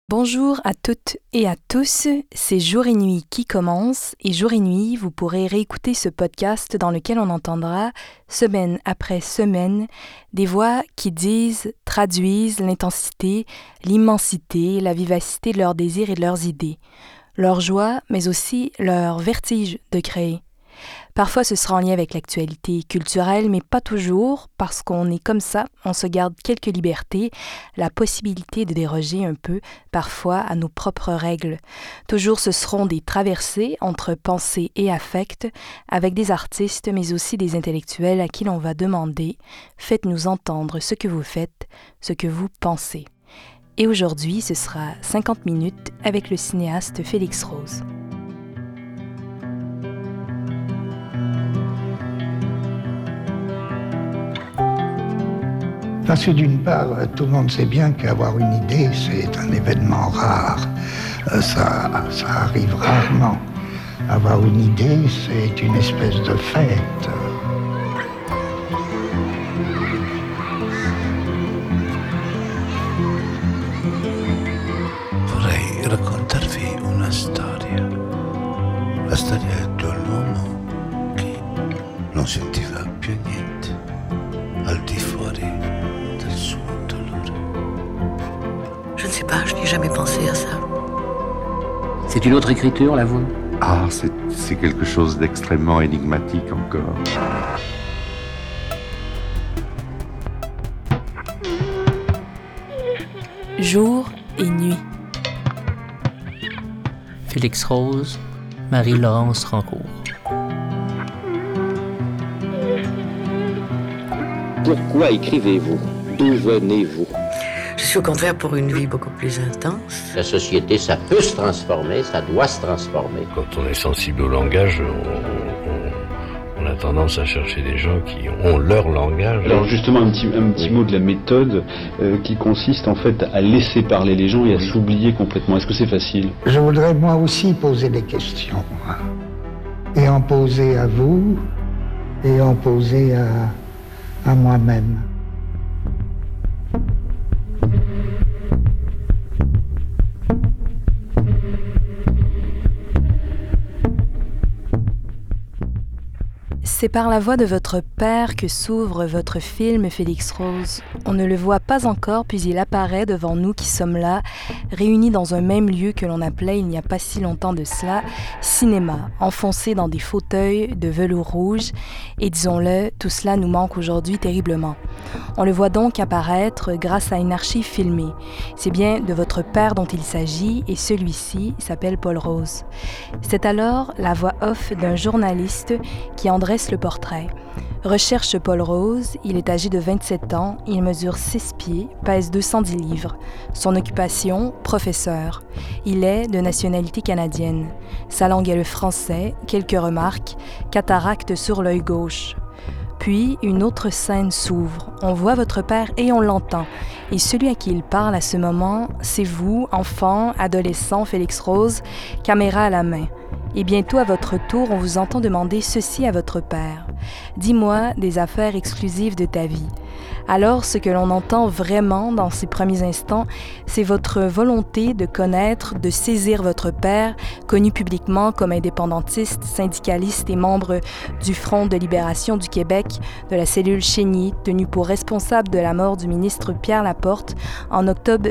Bonjour à toutes et à tous, c'est Jour et Nuit qui commence et Jour et Nuit, vous pourrez réécouter ce podcast dans lequel on entendra, semaine après semaine, des voix qui disent, traduisent l'intensité, l'immensité, la vivacité de leurs désirs et de leurs idées, leur joie, mais aussi leur vertige de créer. Parfois, ce sera en lien avec l'actualité culturelle, mais pas toujours, parce qu'on est comme ça, on se garde quelques libertés, la possibilité de déroger un peu, parfois, à nos propres règles. Toujours, ce seront des traversées entre pensée et affect, avec des artistes, mais aussi des intellectuels à qui l'on va demander « Faites-nous entendre ce que vous faites, ce que vous pensez ». Et aujourd'hui, ce sera 50 minutes avec le cinéaste Félix Rose. Parce que d'une part, tout le monde sait bien qu'avoir une idée, c'est un événement rare. Ça arrive rarement. Avoir une idée, c'est une espèce de fête. Vorrei raccontarvi una storia. La storia dell'uomo che non sentiva più niente al di fuori del suo dolore. Je ne sais pas, je n'ai jamais pensé à ça. C'est une autre écriture, la vôtre ? Ah, c'est quelque chose d'extrêmement énigmatique encore. Jour et nuit. Félix Rose, Marie-Laurence Rancourt. Pourquoi écrivez-vous ? D'où venez-vous ? Je suis au contraire pour une vie beaucoup plus intense. La société, ça peut se transformer, ça doit se transformer. Quand on est sensible au langage, on a tendance à chercher des gens qui ont leur langage. Alors justement, un petit mot de la méthode qui consiste en fait à laisser parler les gens et à s'oublier complètement. Est-ce que c'est facile ? Je voudrais moi aussi poser des questions. Et en poser à vous, et en poser à moi-même. C'est par la voix de votre père que s'ouvre votre film Félix Rose. On ne le voit pas encore, puis il apparaît devant nous qui sommes là, réunis dans un même lieu que l'on appelait il n'y a pas si longtemps de cela, cinéma, enfoncés dans des fauteuils de velours rouge. Et disons-le, tout cela nous manque aujourd'hui terriblement. On le voit donc apparaître grâce à une archive filmée. C'est bien de votre père dont il s'agit, et celui-ci s'appelle Paul Rose. C'est alors la voix off d'un journaliste qui en dresse le portrait. Recherche Paul Rose, il est âgé de 27 ans, il mesure 6 pieds, pèse 210 livres. Son occupation, professeur. Il est de nationalité canadienne. Sa langue est le français, quelques remarques, cataracte sur l'œil gauche. Puis, une autre scène s'ouvre. On voit votre père et on l'entend. Et celui à qui il parle à ce moment, c'est vous, enfant, adolescent, Félix Rose, caméra à la main. Et bientôt, à votre tour, on vous entend demander ceci à votre père. « Dis-moi des affaires exclusives de ta vie. » Alors, ce que l'on entend vraiment dans ces premiers instants, c'est votre volonté de connaître, de saisir votre père, connu publiquement comme indépendantiste, syndicaliste et membre du Front de libération du Québec, de la cellule Chénier, tenu pour responsable de la mort du ministre Pierre Laporte en octobre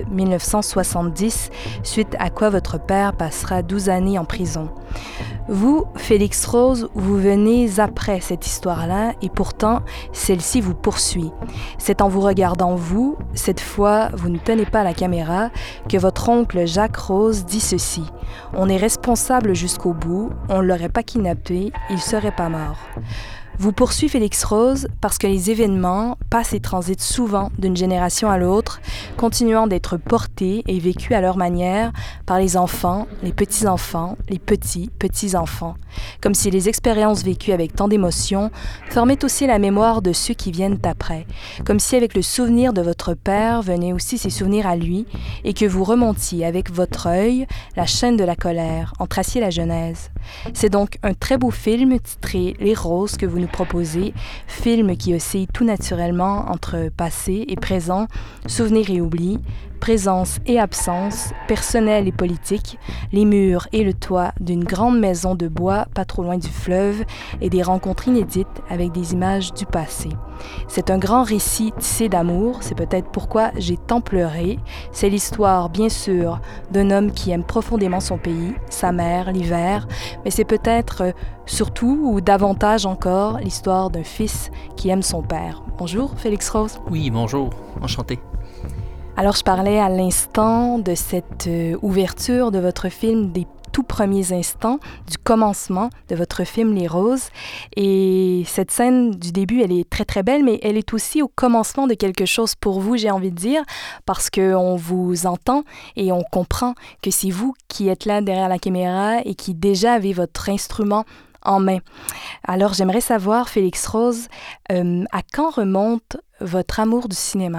1970, suite à quoi votre père passera 12 années en prison. Vous, Félix Rose, vous venez après cette histoire-là et pourtant, celle-ci vous poursuit. C'est en vous regardant, vous, cette fois, vous ne tenez pas la caméra, que votre oncle Jacques Rose dit ceci. On est responsable jusqu'au bout, on ne l'aurait pas kidnappé, il ne serait pas mort. Vous poursuit Félix Rose parce que les événements passent et transitent souvent d'une génération à l'autre, continuant d'être portés et vécus à leur manière par les enfants, les petits-enfants, les petits-petits-enfants. Comme si les expériences vécues avec tant d'émotion formaient aussi la mémoire de ceux qui viennent après. Comme si avec le souvenir de votre père venaient aussi ses souvenirs à lui et que vous remontiez avec votre œil la chaîne de la colère, en traciez la genèse. C'est donc un très beau film titré Les Roses que vous nous proposez, film qui oscille tout naturellement entre passé et présent, souvenir et oubli, présence et absence, personnelle et politique, les murs et le toit d'une grande maison de bois pas trop loin du fleuve et des rencontres inédites avec des images du passé. C'est un grand récit tissé d'amour, c'est peut-être pourquoi j'ai tant pleuré. C'est l'histoire, bien sûr, d'un homme qui aime profondément son pays, sa mère, l'hiver, mais c'est peut-être surtout ou davantage encore l'histoire d'un fils qui aime son père. Bonjour, Félix Rose. Oui, bonjour, enchanté. Alors, je parlais à l'instant de cette ouverture de votre film, des tout premiers instants, du commencement de votre film Les Roses. Et cette scène du début, elle est très, très belle, mais elle est aussi au commencement de quelque chose pour vous, j'ai envie de dire, parce qu'on vous entend et on comprend que c'est vous qui êtes là derrière la caméra et qui déjà avez votre instrument en main. Alors, j'aimerais savoir, Félix Rose, à quand remonte votre amour du cinéma?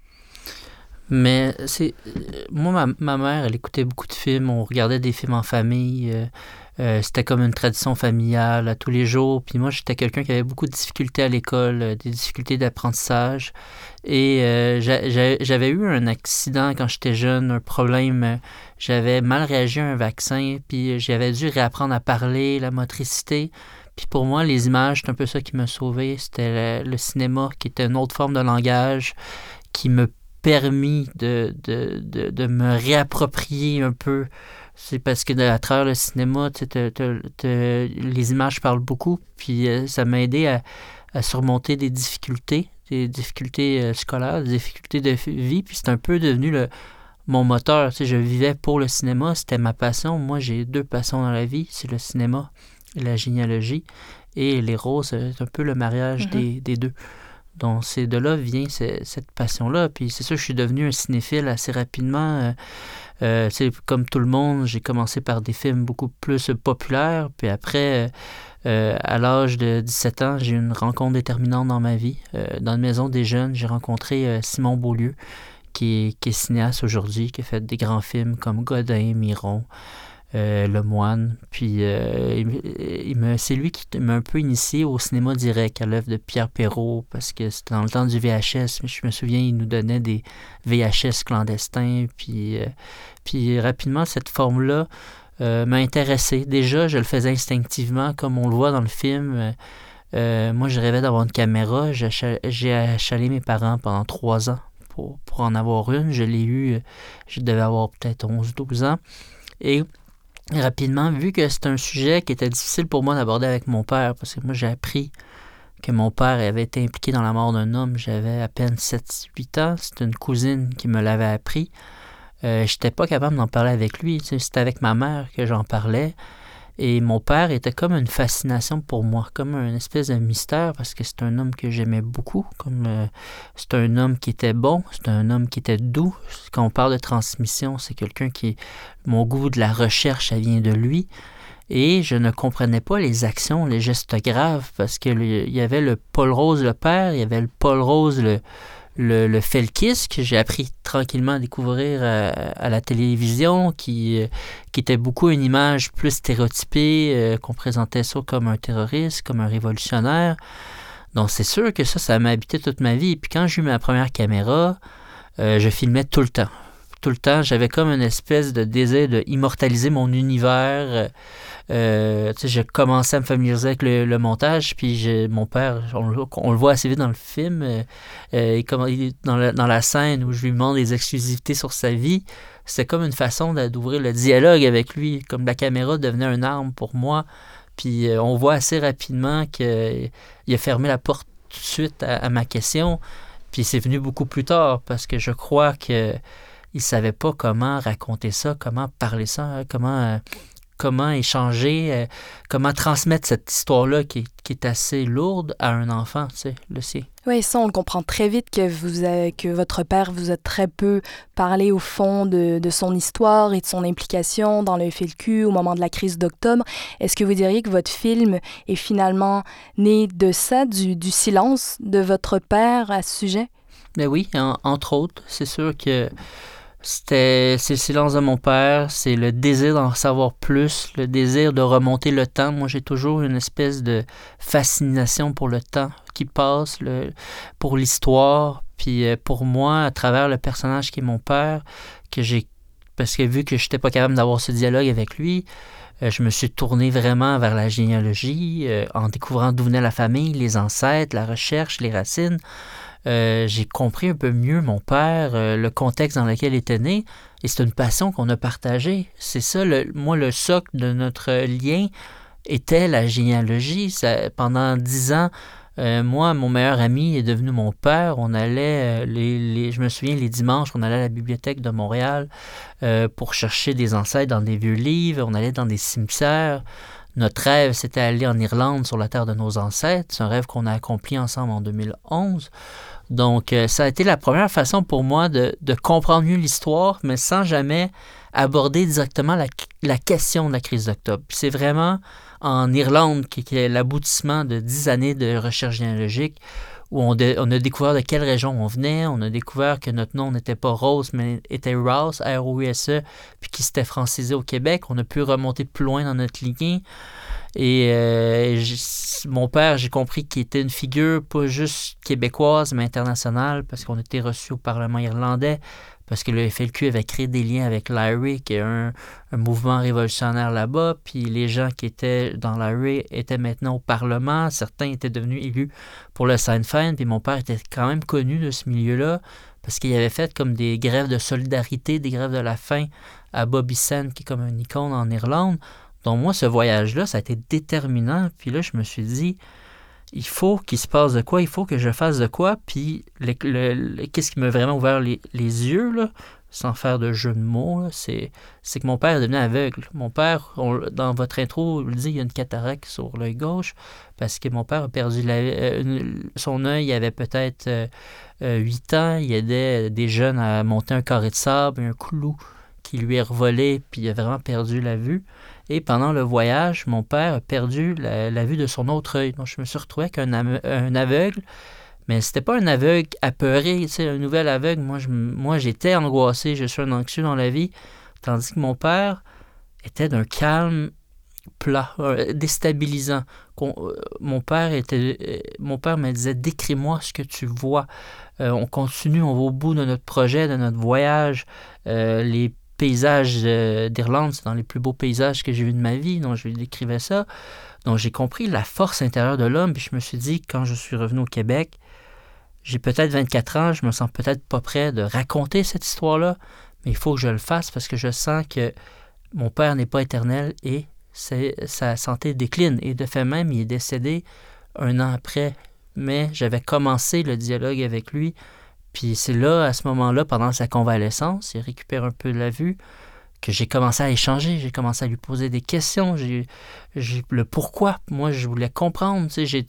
Mais c'est... Moi, ma mère, elle écoutait beaucoup de films. On regardait des films en famille. C'était comme une tradition familiale à tous les jours. Puis moi, j'étais quelqu'un qui avait beaucoup de difficultés à l'école, des difficultés d'apprentissage. Et j'avais eu un accident quand j'étais jeune, un problème. J'avais mal réagi à un vaccin. Puis j'avais dû réapprendre à parler, la motricité. Puis pour moi, les images, c'est un peu ça qui m'a sauvé. C'était le cinéma, qui était une autre forme de langage, qui me permis de me réapproprier un peu. C'est parce que à travers le cinéma, les images parlent beaucoup, puis ça m'a aidé à surmonter des difficultés scolaires, des difficultés de vie, puis c'est un peu devenu mon moteur. Tu sais, je vivais pour le cinéma, c'était ma passion. Moi, j'ai 2 passions dans la vie, c'est le cinéma et la généalogie, et Les Roses, c'est un peu le mariage des deux. Donc, c'est de là vient cette passion-là. Puis c'est sûr que je suis devenu un cinéphile assez rapidement. C'est comme tout le monde, j'ai commencé par des films beaucoup plus populaires. Puis après, à l'âge de 17 ans, j'ai eu une rencontre déterminante dans ma vie. Dans une maison des jeunes, j'ai rencontré Simon Beaulieu, qui est cinéaste aujourd'hui, qui a fait des grands films comme Godin, Miron, Le Moine. Puis c'est lui qui m'a un peu initié au cinéma direct, à l'œuvre de Pierre Perrault, parce que c'était dans le temps du VHS. Je me souviens, il nous donnait des VHS clandestins. Puis rapidement, cette forme-là m'a intéressé. Déjà, je le faisais instinctivement, comme on le voit dans le film. Moi, je rêvais d'avoir une caméra. J'ai achalé mes parents pendant 3 ans pour en avoir une. Je l'ai eu, je devais avoir peut-être 11-12 ans. Et rapidement, vu que c'est un sujet qui était difficile pour moi d'aborder avec mon père, parce que moi, j'ai appris que mon père avait été impliqué dans la mort d'un homme. J'avais à peine 7-8 ans. C'était une cousine qui me l'avait appris. J'étais pas capable d'en parler avec lui. C'était avec ma mère que j'en parlais. Et mon père était comme une fascination pour moi, comme une espèce de mystère, parce que c'est un homme que j'aimais beaucoup. C'est un homme qui était bon, c'est un homme qui était doux. Quand on parle de transmission, c'est quelqu'un qui... Mon goût de la recherche, ça vient de lui. Et je ne comprenais pas les actions, les gestes graves, parce qu'il y avait le Paul Rose le père, il y avait le Paul Rose le Felkis, que j'ai appris tranquillement à découvrir à la télévision, qui était beaucoup une image plus stéréotypée, qu'on présentait ça comme un terroriste, comme un révolutionnaire. Donc c'est sûr que ça m'a habité toute ma vie. Puis quand j'ai eu ma première caméra, je filmais tout le temps. Tout le temps, j'avais comme une espèce de désir d'immortaliser mon univers. Je commençais à me familiariser avec le montage, puis mon père, on le voit assez vite dans le film, dans la scène où je lui demande des exclusivités sur sa vie, c'était comme une façon d'ouvrir le dialogue avec lui, comme la caméra devenait une arme pour moi, puis on voit assez rapidement qu'il a fermé la porte tout de suite à ma question, puis c'est venu beaucoup plus tard, parce que je crois qu'il ne savait pas comment raconter ça, comment parler ça, comment échanger, comment transmettre cette histoire-là qui est assez lourde à un enfant, tu sais, le sien. Oui, ça, on le comprend très vite que votre père vous a très peu parlé au fond de son histoire et de son implication dans le FLQ au moment de la crise d'octobre. Est-ce que vous diriez que votre film est finalement né de ça, du silence de votre père à ce sujet? Ben oui, entre autres. C'est sûr que C'est le silence de mon père, c'est le désir d'en savoir plus, le désir de remonter le temps. Moi, j'ai toujours une espèce de fascination pour le temps qui passe, pour l'histoire. Puis pour moi, à travers le personnage qui est mon père, parce que vu que je n'étais pas capable d'avoir ce dialogue avec lui, je me suis tourné vraiment vers la généalogie, en découvrant d'où venait la famille, les ancêtres, la recherche, les racines. J'ai compris un peu mieux mon père, le contexte dans lequel il était né, et c'est une passion qu'on a partagée. C'est ça, moi, le socle de notre lien était la généalogie. Pendant 10 ans, moi, mon meilleur ami est devenu mon père. On allait, je me souviens, les dimanches, on allait à la bibliothèque de Montréal pour chercher des ancêtres dans des vieux livres. On allait dans des cimetières. Notre rêve, c'était aller en Irlande, sur la terre de nos ancêtres. C'est un rêve qu'on a accompli ensemble en 2011. Donc, ça a été la première façon pour moi de comprendre mieux l'histoire, mais sans jamais aborder directement la question de la crise d'octobre. C'est vraiment en Irlande qui est l'aboutissement de 10 années de recherche généalogique où on a découvert de quelle région on venait. On a découvert que notre nom n'était pas Rose, mais était Rouse, R-O-U-S-E, puis qui s'était francisé au Québec. On a pu remonter plus loin dans notre lignée. Et mon père, j'ai compris qu'il était une figure pas juste québécoise, mais internationale, parce qu'on était reçus au Parlement irlandais, parce que le FLQ avait créé des liens avec l'IRA, qui est un mouvement révolutionnaire là-bas, puis les gens qui étaient dans l'IRA étaient maintenant au Parlement, certains étaient devenus élus pour le Sinn Féin, puis mon père était quand même connu de ce milieu-là, parce qu'il avait fait comme des grèves de solidarité, des grèves de la faim à Bobby Sands, qui est comme une icône en Irlande. Donc moi, ce voyage-là, ça a été déterminant, puis là, je me suis dit, il faut qu'il se passe de quoi, il faut que je fasse de quoi, puis qu'est-ce qui m'a vraiment ouvert les yeux, là, sans faire de jeu de mots, là, c'est que mon père est devenu aveugle. Mon père, dans votre intro, on le dit, il y a une cataracte sur l'œil gauche, parce que mon père a perdu son œil, il avait peut-être 8 ans, il aidait des jeunes à monter un carré de sable, un clou qui lui est revolé, puis il a vraiment perdu la vue. Et pendant le voyage, mon père a perdu la vue de son autre œil. Donc, je me suis retrouvé avec un aveugle, mais c'était pas un aveugle apeuré, tu sais, un nouvel aveugle. Moi, j'étais angoissé, je suis un anxieux dans la vie, tandis que mon père était d'un calme plat, déstabilisant. Mon père me disait, décris-moi ce que tu vois. On continue, on va au bout de notre projet, de notre voyage. Les paysages d'Irlande, c'est dans les plus beaux paysages que j'ai vus de ma vie, donc je lui décrivais ça. Donc j'ai compris la force intérieure de l'homme, puis je me suis dit, quand je suis revenu au Québec, j'ai peut-être 24 ans, je me sens peut-être pas prêt de raconter cette histoire-là, mais il faut que je le fasse parce que je sens que mon père n'est pas éternel et sa santé décline. Et de fait même, il est décédé 1 an après, mais j'avais commencé le dialogue avec lui. Puis c'est là, à ce moment-là, pendant sa convalescence, il récupère un peu de la vue, que j'ai commencé à échanger, j'ai commencé à lui poser des questions, j'ai le pourquoi. Moi, je voulais comprendre, tu sais,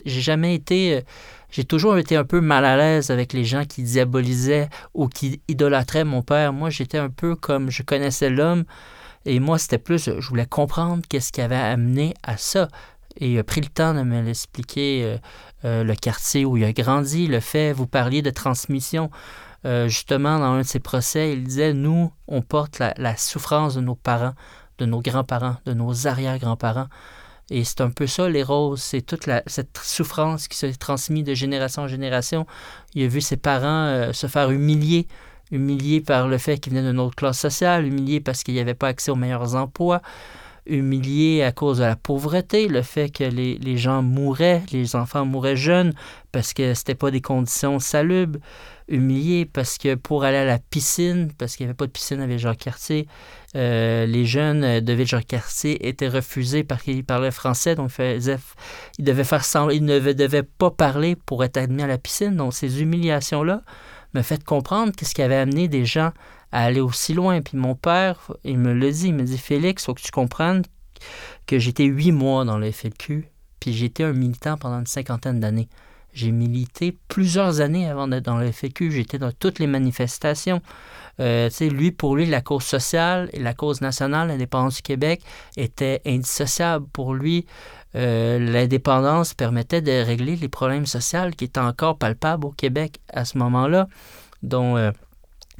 j'ai toujours été un peu mal à l'aise avec les gens qui diabolisaient ou qui idolâtraient mon père. Moi, j'étais un peu comme, je connaissais l'homme, et moi, c'était plus, je voulais comprendre qu'est-ce qui avait amené à ça. Et il a pris le temps de me l'expliquer, le quartier où il a grandi, le fait, vous parliez de transmission. Justement, dans un de ses procès, il disait, nous, on porte la souffrance de nos parents, de nos grands-parents, de nos arrière-grands-parents. Et c'est un peu ça, les roses, c'est toute cette souffrance qui se transmise de génération en génération. Il a vu ses parents se faire humilier par le fait qu'ils venaient d'une autre classe sociale, humiliés parce qu'il n'y avait pas accès aux meilleurs emplois, humiliés à cause de la pauvreté, le fait que les gens mouraient, les enfants mouraient jeunes parce que c'était pas des conditions salubres, humiliés parce que pour aller à la piscine, parce qu'il n'y avait pas de piscine à Ville-Jacques-Cartier, les jeunes de Ville-Jacques-Cartier étaient refusés parce qu'ils parlaient français, donc ils ne devaient pas parler pour être admis à la piscine. Donc ces humiliations-là me fait comprendre qu'est-ce qui avait amené des gens à aller aussi loin. Puis mon père, il me le dit, il me dit, Félix, il faut que tu comprennes que j'étais 8 mois dans le FLQ, puis j'étais un militant pendant une 50aine d'années. J'ai milité plusieurs années avant d'être dans le FLQ, j'étais dans toutes les manifestations. Pour lui, la cause sociale et la cause nationale, l'indépendance du Québec, était indissociable. Pour lui, l'indépendance permettait de régler les problèmes sociaux qui étaient encore palpables au Québec à ce moment-là, dont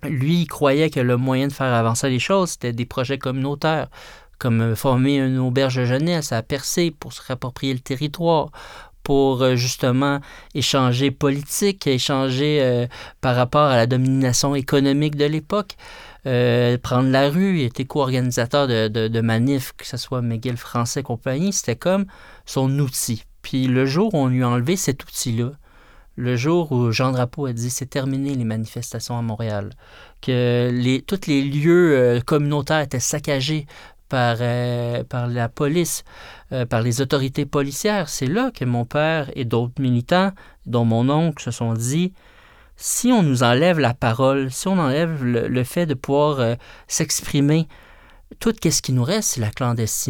lui, il croyait que le moyen de faire avancer les choses, c'était des projets communautaires, comme former une auberge de jeunesse à Percé pour se réapproprier le territoire, pour justement échanger politique, échanger par rapport à la domination économique de l'époque, prendre la rue. Il était co-organisateur de manifs, que ce soit McGill Français et compagnie, c'était comme son outil. Puis le jour où on lui a enlevé cet outil-là, le jour où Jean Drapeau a dit « c'est terminé les manifestations à Montréal », que tous les lieux communautaires étaient saccagés par la police, par les autorités policières, c'est là que mon père et d'autres militants, dont mon oncle, se sont dit « si on nous enlève la parole, si on enlève le fait de pouvoir s'exprimer, tout ce qui nous reste, c'est la clandestinité ».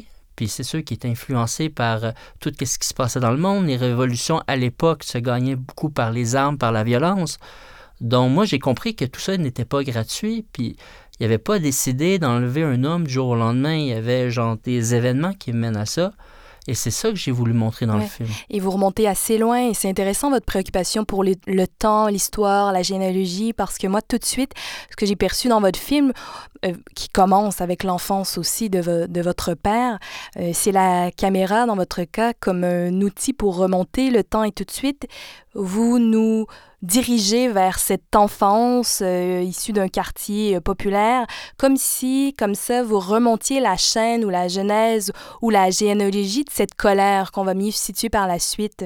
Puis c'est sûr qu'il est influencé par tout ce qui se passait dans le monde. Les révolutions, à l'époque, se gagnaient beaucoup par les armes, par la violence. Donc moi, j'ai compris que tout ça n'était pas gratuit. Puis il n'avait pas décidé d'enlever un homme du jour au lendemain. Il y avait des événements qui mènent à ça. Et c'est ça que j'ai voulu montrer dans le film. Et vous remontez assez loin, et c'est intéressant votre préoccupation pour le temps, l'histoire, la généalogie, parce que moi, tout de suite, ce que j'ai perçu dans votre film, qui commence avec l'enfance aussi de votre père, c'est la caméra, dans votre cas, comme un outil pour remonter le temps, et tout de suite, vous nous dirigez vers cette enfance issue d'un quartier populaire, comme ça, vous remontiez la chaîne ou la genèse ou la généalogie de cette colère qu'on va mieux situer par la suite.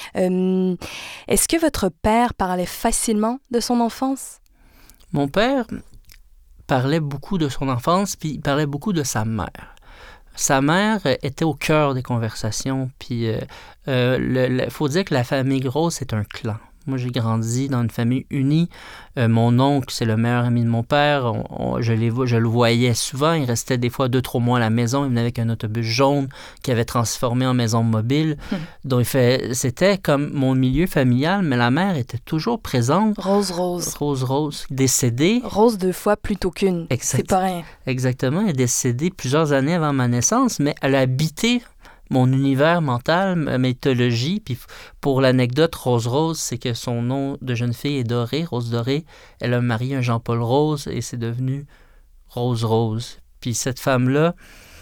Est-ce que votre père parlait facilement de son enfance? Mon père parlait beaucoup de son enfance, puis il parlait beaucoup de sa mère. Sa mère était au cœur des conversations, puis faut dire que la famille Grosse est un clan. Moi, j'ai grandi dans une famille unie. Mon oncle, c'est le meilleur ami de mon père. Je le voyais souvent. Il restait des fois 2-3 mois à la maison. Il venait avec un autobus jaune qu'il avait transformé en maison mobile. Donc, c'était comme mon milieu familial, mais la mère était toujours présente. Rose, décédée. Rose 2 fois plutôt qu'une. C'est pas rien. Exactement. Elle est décédée plusieurs années avant ma naissance, mais elle a habité mon univers mental, ma mythologie. Puis pour l'anecdote, Rose, c'est que son nom de jeune fille est Dorée, Rose Dorée. Elle a marié un Jean-Paul Rose et c'est devenu Rose. Puis cette femme-là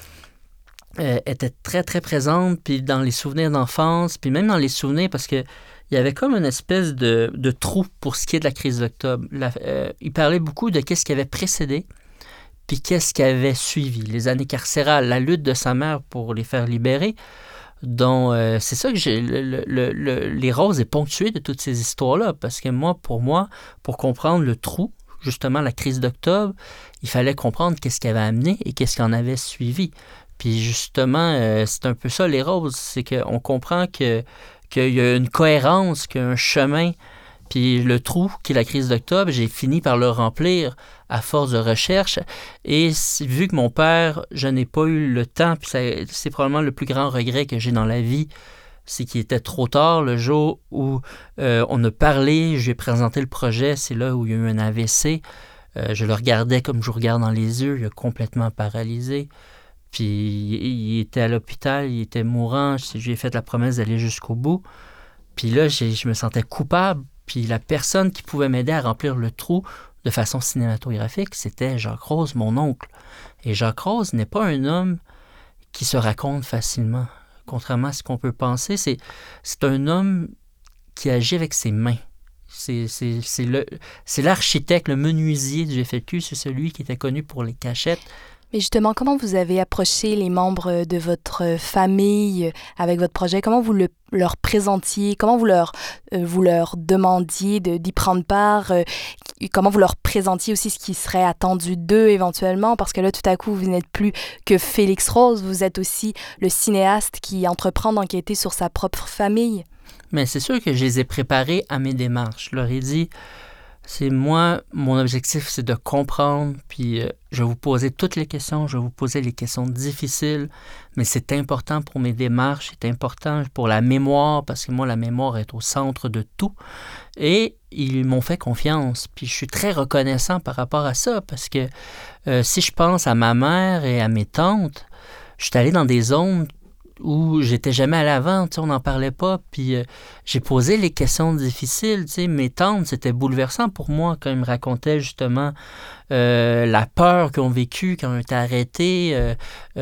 était très, très présente, puis dans les souvenirs d'enfance, puis même dans les souvenirs, parce que il y avait comme une espèce de trou pour ce qui est de la crise d'octobre. Il parlait beaucoup de qu'est-ce qui avait précédé, puis qu'est-ce qui avait suivi, les années carcérales, la lutte de sa mère pour les faire libérer. Donc, c'est ça que les Roses est ponctué de toutes ces histoires-là, parce que pour comprendre le trou, justement la crise d'octobre, il fallait comprendre qu'est-ce qui avait amené et qu'est-ce qui en avait suivi. Puis justement, c'est un peu ça, les Roses, c'est qu'on comprend qu'il y a une cohérence, qu'il y a un chemin. Puis le trou, qui est la crise d'octobre, j'ai fini par le remplir à force de recherche. Et vu que mon père, je n'ai pas eu le temps, puis c'est probablement le plus grand regret que j'ai dans la vie, c'est qu'il était trop tard le jour où on a parlé, je lui ai présenté le projet, c'est là où il y a eu un AVC. Je le regardais comme je regarde dans les yeux, il est complètement paralysé. Puis il était à l'hôpital, il était mourant, je lui ai fait la promesse d'aller jusqu'au bout. Puis là, je me sentais coupable. Puis la personne qui pouvait m'aider à remplir le trou de façon cinématographique, c'était Jacques Rose, mon oncle. Et Jacques Rose n'est pas un homme qui se raconte facilement. Contrairement à ce qu'on peut penser, c'est un homme qui agit avec ses mains. C'est l'architecte, le menuisier du FLQ, c'est celui qui était connu pour les cachettes. Mais justement, comment vous avez approché les membres de votre famille avec votre projet? Comment vous leur présentiez? Comment vous leur demandiez d'y prendre part? Comment vous leur présentiez aussi ce qui serait attendu d'eux éventuellement? Parce que là, tout à coup, vous n'êtes plus que Félix Rose. Vous êtes aussi le cinéaste qui entreprend d'enquêter sur sa propre famille. Mais c'est sûr que je les ai préparés à mes démarches. Je leur ai dit... mon objectif, c'est de comprendre, puis je vais vous poser toutes les questions, je vais vous poser les questions difficiles, mais c'est important pour mes démarches, c'est important pour la mémoire, parce que moi, la mémoire est au centre de tout. Et ils m'ont fait confiance, puis je suis très reconnaissant par rapport à ça, parce que si je pense à ma mère et à mes tantes, je suis allé dans des zones où j'étais jamais à l'avant, on n'en parlait pas, puis j'ai posé les questions difficiles, mes tantes, c'était bouleversant pour moi quand ils me racontaient justement la peur qu'ils ont vécue quand ils ont été arrêtés.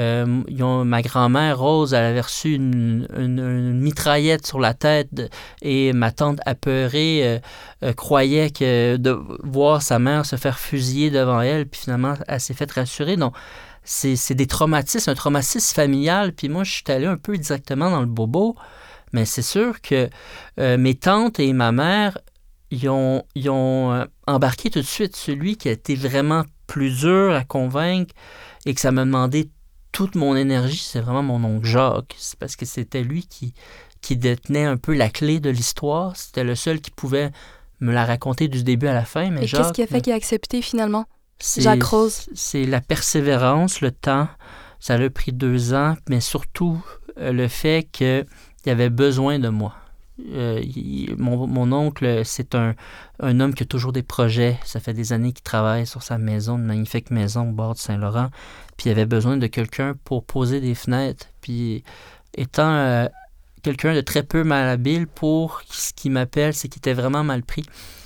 Ma grand-mère, Rose, elle avait reçu une mitraillette sur la tête et ma tante apeurée croyait que de voir sa mère se faire fusiller devant elle, puis finalement, elle s'est fait rassurer. Donc, c'est des traumatismes, un traumatisme familial, puis moi, je suis allé un peu directement dans le bobo, mais c'est sûr que mes tantes et ma mère, ils ont embarqué tout de suite celui qui a été vraiment plus dur à convaincre et que ça m'a demandé toute mon énergie, c'est vraiment mon oncle Jacques. C'est parce que c'était lui qui détenait un peu la clé de l'histoire. C'était le seul qui pouvait me la raconter du début à la fin. Mais et Jacques, qu'est-ce qui a fait qu'il a accepté finalement? Jacques Rose. C'est la persévérance, le temps. Ça a pris 2 ans, mais surtout le fait qu'il avait besoin de moi. Mon oncle, c'est un homme qui a toujours des projets. Ça fait des années qu'il travaille sur sa maison, une magnifique maison au bord du Saint-Laurent. Puis il avait besoin de quelqu'un pour poser des fenêtres. Puis étant quelqu'un de très peu malhabile, pour ce qu'il m'appelle, c'est qu'il était vraiment mal pris.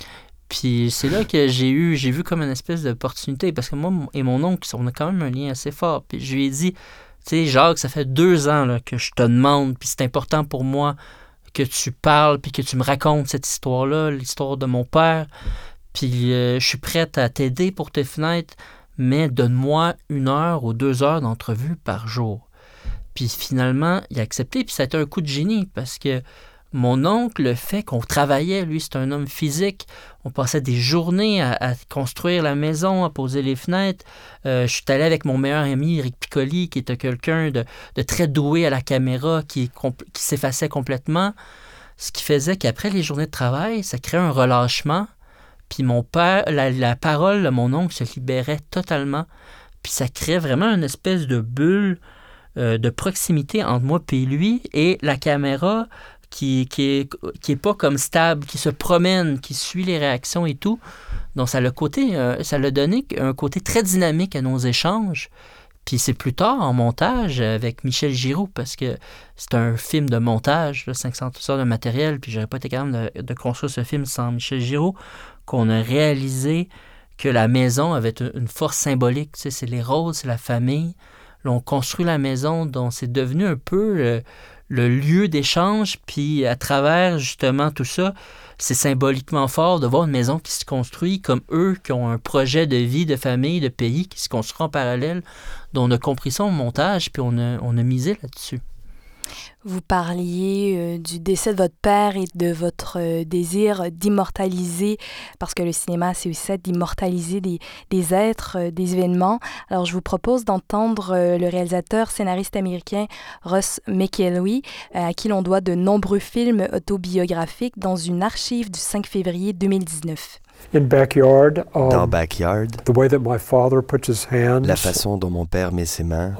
Puis c'est là que j'ai vu comme une espèce d'opportunité, parce que moi et mon oncle, on a quand même un lien assez fort. Puis je lui ai dit, tu sais, Jacques, ça fait 2 ans là, que je te demande, puis c'est important pour moi que tu parles, puis que tu me racontes cette histoire-là, l'histoire de mon père. Puis je suis prête à t'aider pour tes fenêtres, mais donne-moi 1 heure ou 2 heures d'entrevue par jour. Puis finalement, il a accepté, puis ça a été un coup de génie, parce que mon oncle, le fait qu'on travaillait, lui, c'est un homme physique. On passait des journées à construire la maison, à poser les fenêtres. Je suis allé avec mon meilleur ami, Eric Piccoli, qui était quelqu'un de très doué à la caméra, qui s'effaçait complètement. Ce qui faisait qu'après les journées de travail, ça créait un relâchement. Puis mon père, la parole de mon oncle se libérait totalement. Puis ça créait vraiment une espèce de bulle de proximité entre moi et lui. Et la caméra qui est pas comme stable, qui se promène, qui suit les réactions et tout. Donc, ça l'a donné un côté très dynamique à nos échanges. Puis c'est plus tard, en montage, avec Michel Giroux, parce que c'est un film de montage, là, 500 heures de matériel, puis j'aurais pas été capable de construire ce film sans Michel Giroux, qu'on a réalisé que la maison avait une force symbolique. Tu sais, c'est les rôles, c'est la famille. Là, on construit la maison, donc c'est devenu un peu le lieu d'échange, puis à travers justement tout ça, c'est symboliquement fort de voir une maison qui se construit comme eux, qui ont un projet de vie, de famille, de pays, qui se construit en parallèle, dont on a compris ça au montage, puis on a misé là-dessus. Vous parliez du décès de votre père et de votre désir d'immortaliser, parce que le cinéma, c'est aussi ça, d'immortaliser des êtres, des événements. Alors, je vous propose d'entendre le réalisateur, scénariste américain Ross McElwee, à qui l'on doit de nombreux films autobiographiques dans une archive du 5 février 2019. Dans Backyard, la façon dont mon père met ses mains,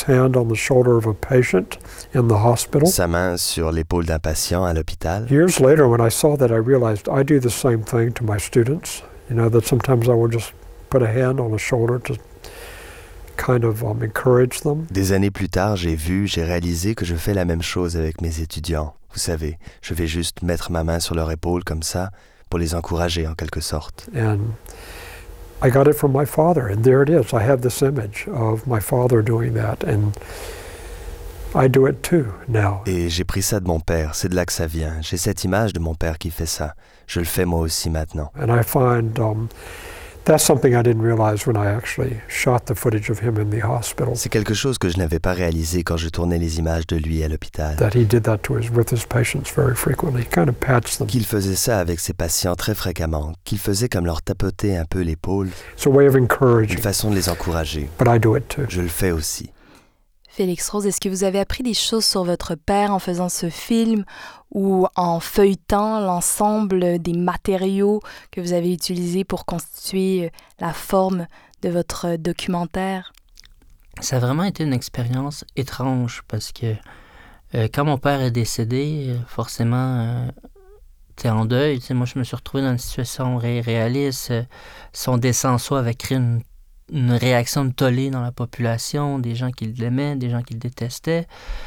sa main sur l'épaule d'un patient à l'hôpital. Years later, when I saw that, I realized I do the same thing to my students. You know, that sometimes I will just put a hand on the shoulder to kind of encourage them. Des années plus tard, j'ai réalisé que je fais la même chose avec mes étudiants. Vous savez, je vais juste mettre ma main sur leur épaule comme ça, pour les encourager en quelque sorte. And I got it from my father, and there it is. I have this image of my father doing that, and I do it too now. Et j'ai pris ça de mon père, c'est de là que ça vient. J'ai cette image de mon père qui fait ça. Je le fais moi aussi maintenant. And I find that's something I didn't realize when I actually shot the footage of him in the hospital. C'est quelque chose que je n'avais pas réalisé quand je tournais les images de lui à l'hôpital. That he did that with his patients very frequently. He kind of pats them. Qu'il faisait ça avec ses patients très fréquemment. Qu'il faisait comme leur tapoter un peu l'épaule. It's a way of encouraging. Une façon de les encourager. But I do it too. Je le fais aussi. Félix Rose, est-ce que vous avez appris des choses sur votre père en faisant ce film ou en feuilletant l'ensemble des matériaux que vous avez utilisés pour constituer la forme de votre documentaire? Ça a vraiment été une expérience étrange parce que quand mon père est décédé, forcément, t'es en deuil. Moi, je me suis retrouvé dans une situation réaliste. Son décès en soi avait créé une réaction de tollé dans la population, des gens qui l'aimaient, des gens qui le détestaient.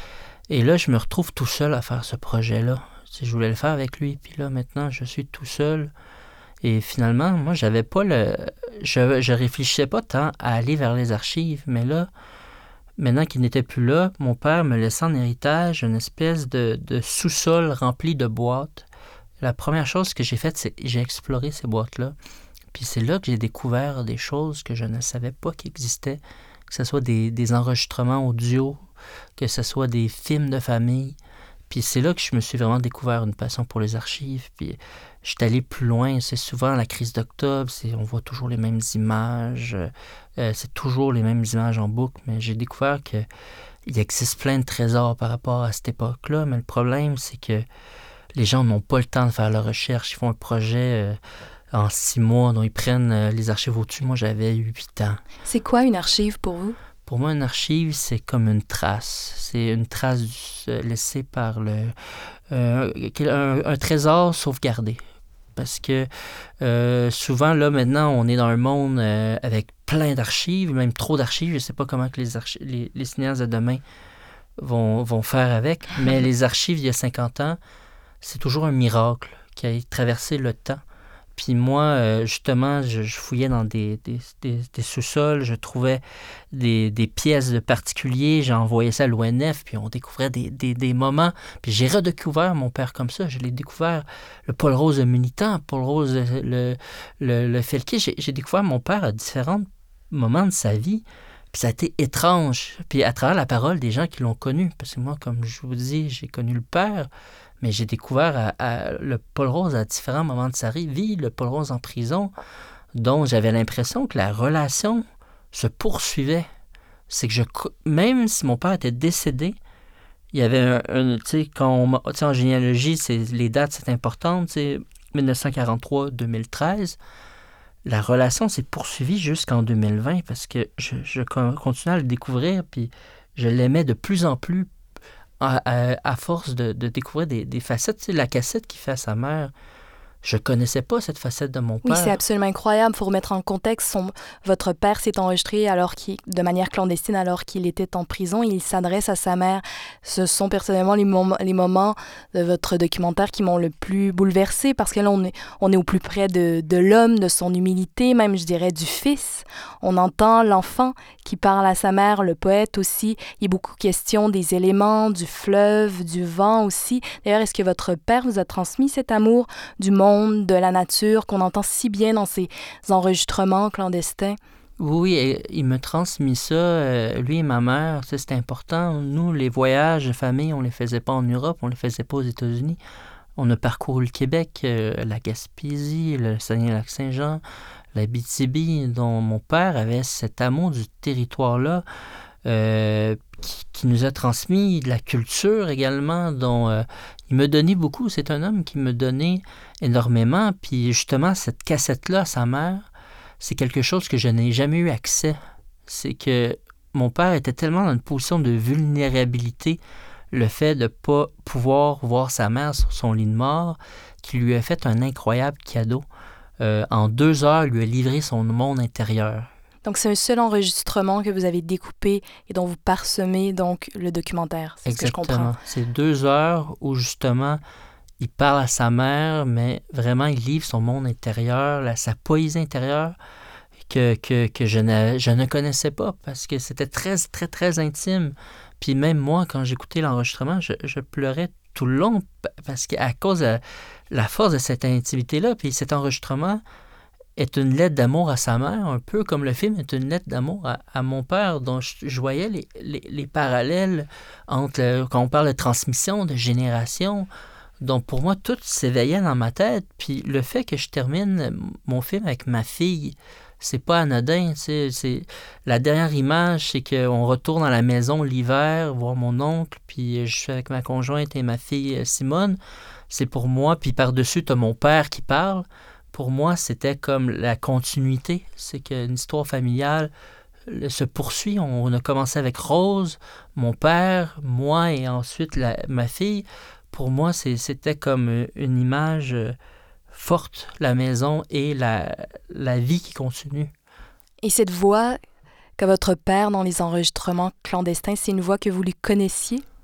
Et là, je me retrouve tout seul à faire ce projet-là. Je voulais le faire avec lui, puis là, maintenant, je suis tout seul. Et finalement, moi, j'avais pas je réfléchissais pas tant à aller vers les archives, mais là, maintenant qu'il n'était plus là, mon père me laissait en héritage une espèce de sous-sol rempli de boîtes. La première chose que j'ai faite, c'est que j'ai exploré ces boîtes-là. Puis c'est là que j'ai découvert des choses que je ne savais pas qui existaient, que ce soit des enregistrements audio, que ce soit des films de famille. Puis c'est là que je me suis vraiment découvert une passion pour les archives. Puis je suis allé plus loin. C'est souvent la crise d'octobre, on voit toujours les mêmes images. C'est toujours les mêmes images en boucle. Mais j'ai découvert qu'il existe plein de trésors par rapport à cette époque-là. Mais le problème, c'est que les gens n'ont pas le temps de faire leur recherche. Ils font un projet en 6 mois, dont ils prennent les archives au-dessus. Moi, j'avais 8 ans. C'est quoi une archive pour vous? Pour moi, une archive, c'est comme une trace. C'est une trace laissée par un trésor sauvegardé. Parce que souvent, là, maintenant, on est dans un monde avec plein d'archives, même trop d'archives. Je ne sais pas comment que les cinéastes de demain vont faire avec. Mais les archives, il y a 50 ans, c'est toujours un miracle qui a traversé le temps. Puis moi, justement, je fouillais dans des sous-sols, je trouvais des pièces de particuliers, j'envoyais ça à l'ONF, puis on découvrait des moments. Puis j'ai redécouvert mon père comme ça. Je l'ai découvert, le Paul Rose de Munitan, Paul Rose, le Felquier. J'ai découvert mon père à différents moments de sa vie. Puis ça a été étrange. Puis à travers la parole des gens qui l'ont connu. Parce que moi, comme je vous dis, j'ai connu le père, mais j'ai découvert le Paul Rose à différents moments de sa vie, le Paul Rose en prison, dont j'avais l'impression que la relation se poursuivait. C'est que même si mon père était décédé, il y avait tu sais, en généalogie, les dates, c'est important, tu sais, 1943-2013, la relation s'est poursuivie jusqu'en 2020 parce que je continuais à le découvrir, puis je l'aimais de plus en plus à force de découvrir des facettes. Tu sais, la cassette qu'il fait à sa mère, je connaissais pas cette facette de mon père. Oui, c'est absolument incroyable. Pour remettre en contexte, votre père s'est enregistré de manière clandestine alors qu'il était en prison et il s'adresse à sa mère. Ce sont personnellement les moments de votre documentaire qui m'ont le plus bouleversée parce que là, on est au plus près de l'homme, de son humilité, même je dirais du fils. On entend l'enfant qui parle à sa mère, le poète aussi. Il y a beaucoup de questions des éléments, du fleuve, du vent aussi. D'ailleurs, est-ce que votre père vous a transmis cet amour du monde, de la nature, qu'on entend si bien dans ces enregistrements clandestins? Oui, il m'a transmis ça, lui et ma mère, c'est important. Nous, les voyages de famille, on les faisait pas en Europe, on les faisait pas aux États-Unis. On a parcouru le Québec, la Gaspésie, le Saguenay-Lac-Saint-Jean, l'Abitibi, dont mon père avait cet amour du territoire-là, qui nous a transmis de la culture également, dont il me donnait beaucoup. C'est un homme qui me donnait énormément. Puis justement, cette cassette-là, sa mère, c'est quelque chose que je n'ai jamais eu accès. C'est que mon père était tellement dans une position de vulnérabilité, le fait de ne pas pouvoir voir sa mère sur son lit de mort, qui lui a fait un incroyable cadeau. En 2 heures, il lui a livré son monde intérieur. Donc, c'est un seul enregistrement que vous avez découpé et dont vous parsemez donc le documentaire. C'est exactement. Ce que je comprends. C'est 2 heures où, justement, il parle à sa mère, mais vraiment, il livre son monde intérieur, sa poésie intérieure que je ne connaissais pas parce que c'était très, très, très intime. Puis même moi, quand j'écoutais l'enregistrement, je pleurais tout le long parce qu'à cause de la force de cette intimité-là, puis cet enregistrement est une lettre d'amour à sa mère, un peu comme le film est une lettre d'amour à mon père, dont je voyais les parallèles entre, quand on parle de transmission, de génération. Donc pour moi, tout s'éveillait dans ma tête. Puis le fait que je termine mon film avec ma fille, c'est pas anodin. C'est la dernière image, c'est qu'on retourne à la maison l'hiver, voir mon oncle, puis je suis avec ma conjointe et ma fille Simone. C'est pour moi, puis par-dessus, t'as mon père qui parle. Pour moi, c'était comme la continuité. C'est qu'une histoire familiale se poursuit. On a commencé avec Rose, mon père, moi et ensuite ma fille. Pour moi, c'était comme une image forte, la maison et la vie qui continue. Et cette voix qu'a votre père dans les enregistrements clandestins, c'est une voix que vous lui connaissiez?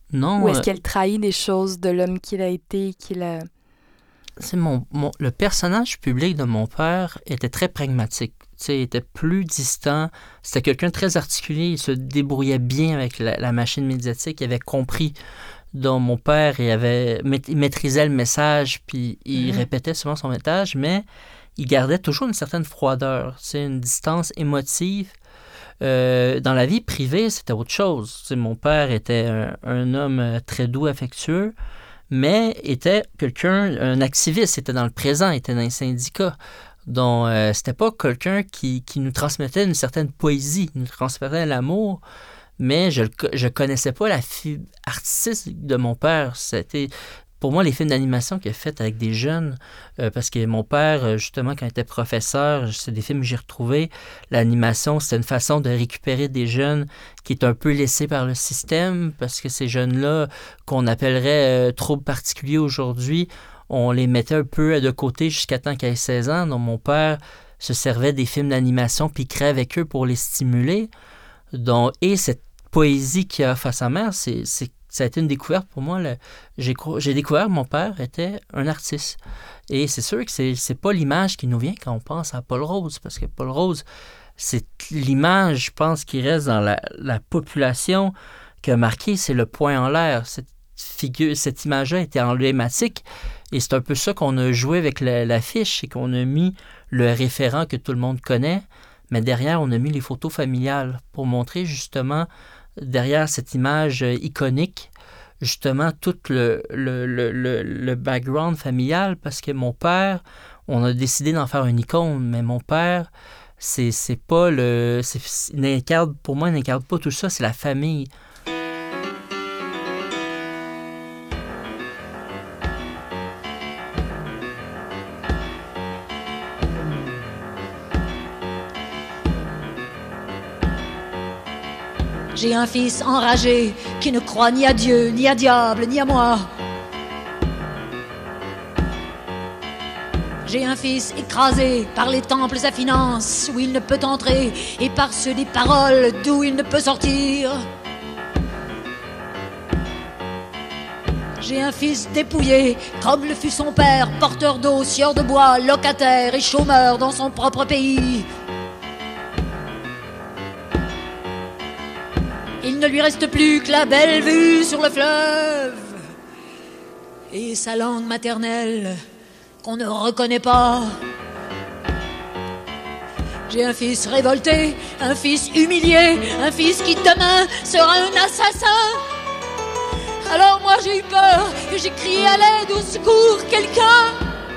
Non. Ou est-ce qu'elle trahit des choses de l'homme qu'il a été, C'est le personnage public de mon père était très pragmatique. Il était plus distant. C'était quelqu'un de très articulé. Il se débrouillait bien avec la machine médiatique. Il avait compris dont mon père il maîtrisait le message, puis il répétait souvent son message, mais il gardait toujours une certaine froideur, une distance émotive. Dans la vie privée, c'était autre chose. Mon père était un homme très doux, affectueux, mais était un activiste, était dans le présent, était dans les syndicats. Donc, c'était pas quelqu'un qui nous transmettait une certaine poésie, nous transmettait l'amour, mais je connaissais pas la fibre artistique de mon père. C'était... Pour moi, les films d'animation qu'il a fait avec des jeunes, parce que mon père, justement, quand il était professeur, c'est des films que j'ai retrouvés. L'animation, c'était une façon de récupérer des jeunes qui étaient un peu laissés par le système, parce que ces jeunes-là, qu'on appellerait troubles particuliers aujourd'hui, on les mettait un peu de côté jusqu'à temps qu'ils aient 16 ans. Donc, mon père se servait des films d'animation, puis il créait avec eux pour les stimuler. Donc, et cette poésie qu'il y a face à mère, ça a été une découverte pour moi. J'ai découvert que mon père était un artiste. Et c'est sûr que c'est pas l'image qui nous vient quand on pense à Paul Rose, parce que Paul Rose, c'est l'image, je pense, qui reste dans la population qui a marqué, c'est le poing en l'air. Cette image-là était emblématique. Et c'est un peu ça qu'on a joué avec l'affiche, c'est qu'on a mis le référent que tout le monde connaît, mais derrière, on a mis les photos familiales pour montrer justement derrière cette image iconique, justement, tout le background familial, parce que mon père, on a décidé d'en faire une icône, mais mon père, c'est pas pour moi, il n'incarne pas tout ça, c'est la famille. J'ai un fils enragé qui ne croit ni à Dieu, ni à diable, ni à moi. J'ai un fils écrasé par les temples à finances où il ne peut entrer et par ceux des paroles d'où il ne peut sortir. J'ai un fils dépouillé comme le fut son père, porteur d'eau, sieur de bois, locataire et chômeur dans son propre pays. Il ne lui reste plus que la belle vue sur le fleuve et sa langue maternelle qu'on ne reconnaît pas. J'ai un fils révolté, un fils humilié, un fils qui demain sera un assassin. Alors moi j'ai eu peur et j'ai crié à l'aide, au secours, quelqu'un.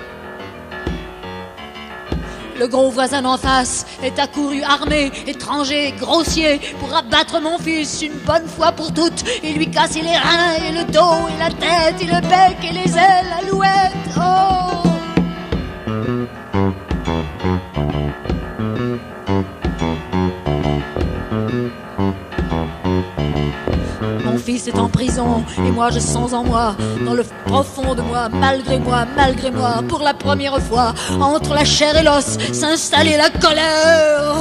Le gros voisin d'en face est accouru armé, étranger, grossier, pour abattre mon fils une bonne fois pour toutes et lui casser les reins et le dos et la tête et le bec et les ailes, alouette. Oh! Mon fils est en prison et moi je sens en moi, dans le profond de moi, malgré moi, pour la première fois, entre la chair et l'os, s'installer la colère.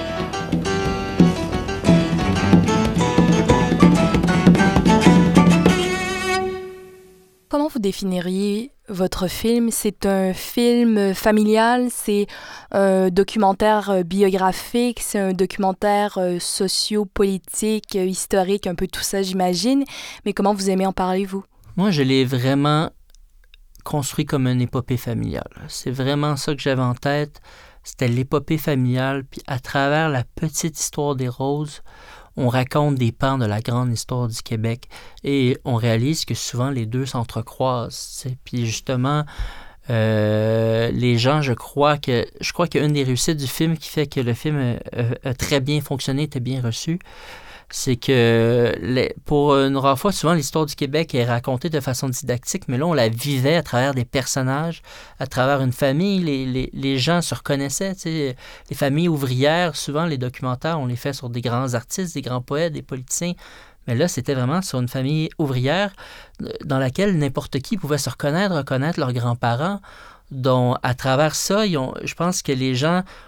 Comment vous définiriez votre film? C'est un film familial, c'est un documentaire biographique, c'est un documentaire socio-politique, historique, un peu tout ça, j'imagine. Mais comment vous aimez en parler, vous? Moi, je l'ai vraiment construit comme une épopée familiale. C'est vraiment ça que j'avais en tête. C'était l'épopée familiale, puis à travers la petite histoire des roses, on raconte des pans de la grande histoire du Québec et on réalise que souvent les deux s'entrecroisent. Puis justement, les gens, je crois qu'une des réussites du film qui fait que le film a très bien fonctionné, était bien reçu, c'est que pour une rare fois, souvent l'histoire du Québec est racontée de façon didactique, mais là on la vivait à travers des personnages, à travers une famille, les gens se reconnaissaient, tu sais, les familles ouvrières, souvent les documentaires on les fait sur des grands artistes, des grands poètes, des politiciens, mais là c'était vraiment sur une famille ouvrière dans laquelle n'importe qui pouvait se reconnaître leurs grands-parents. Donc, à travers ça, je pense que les gens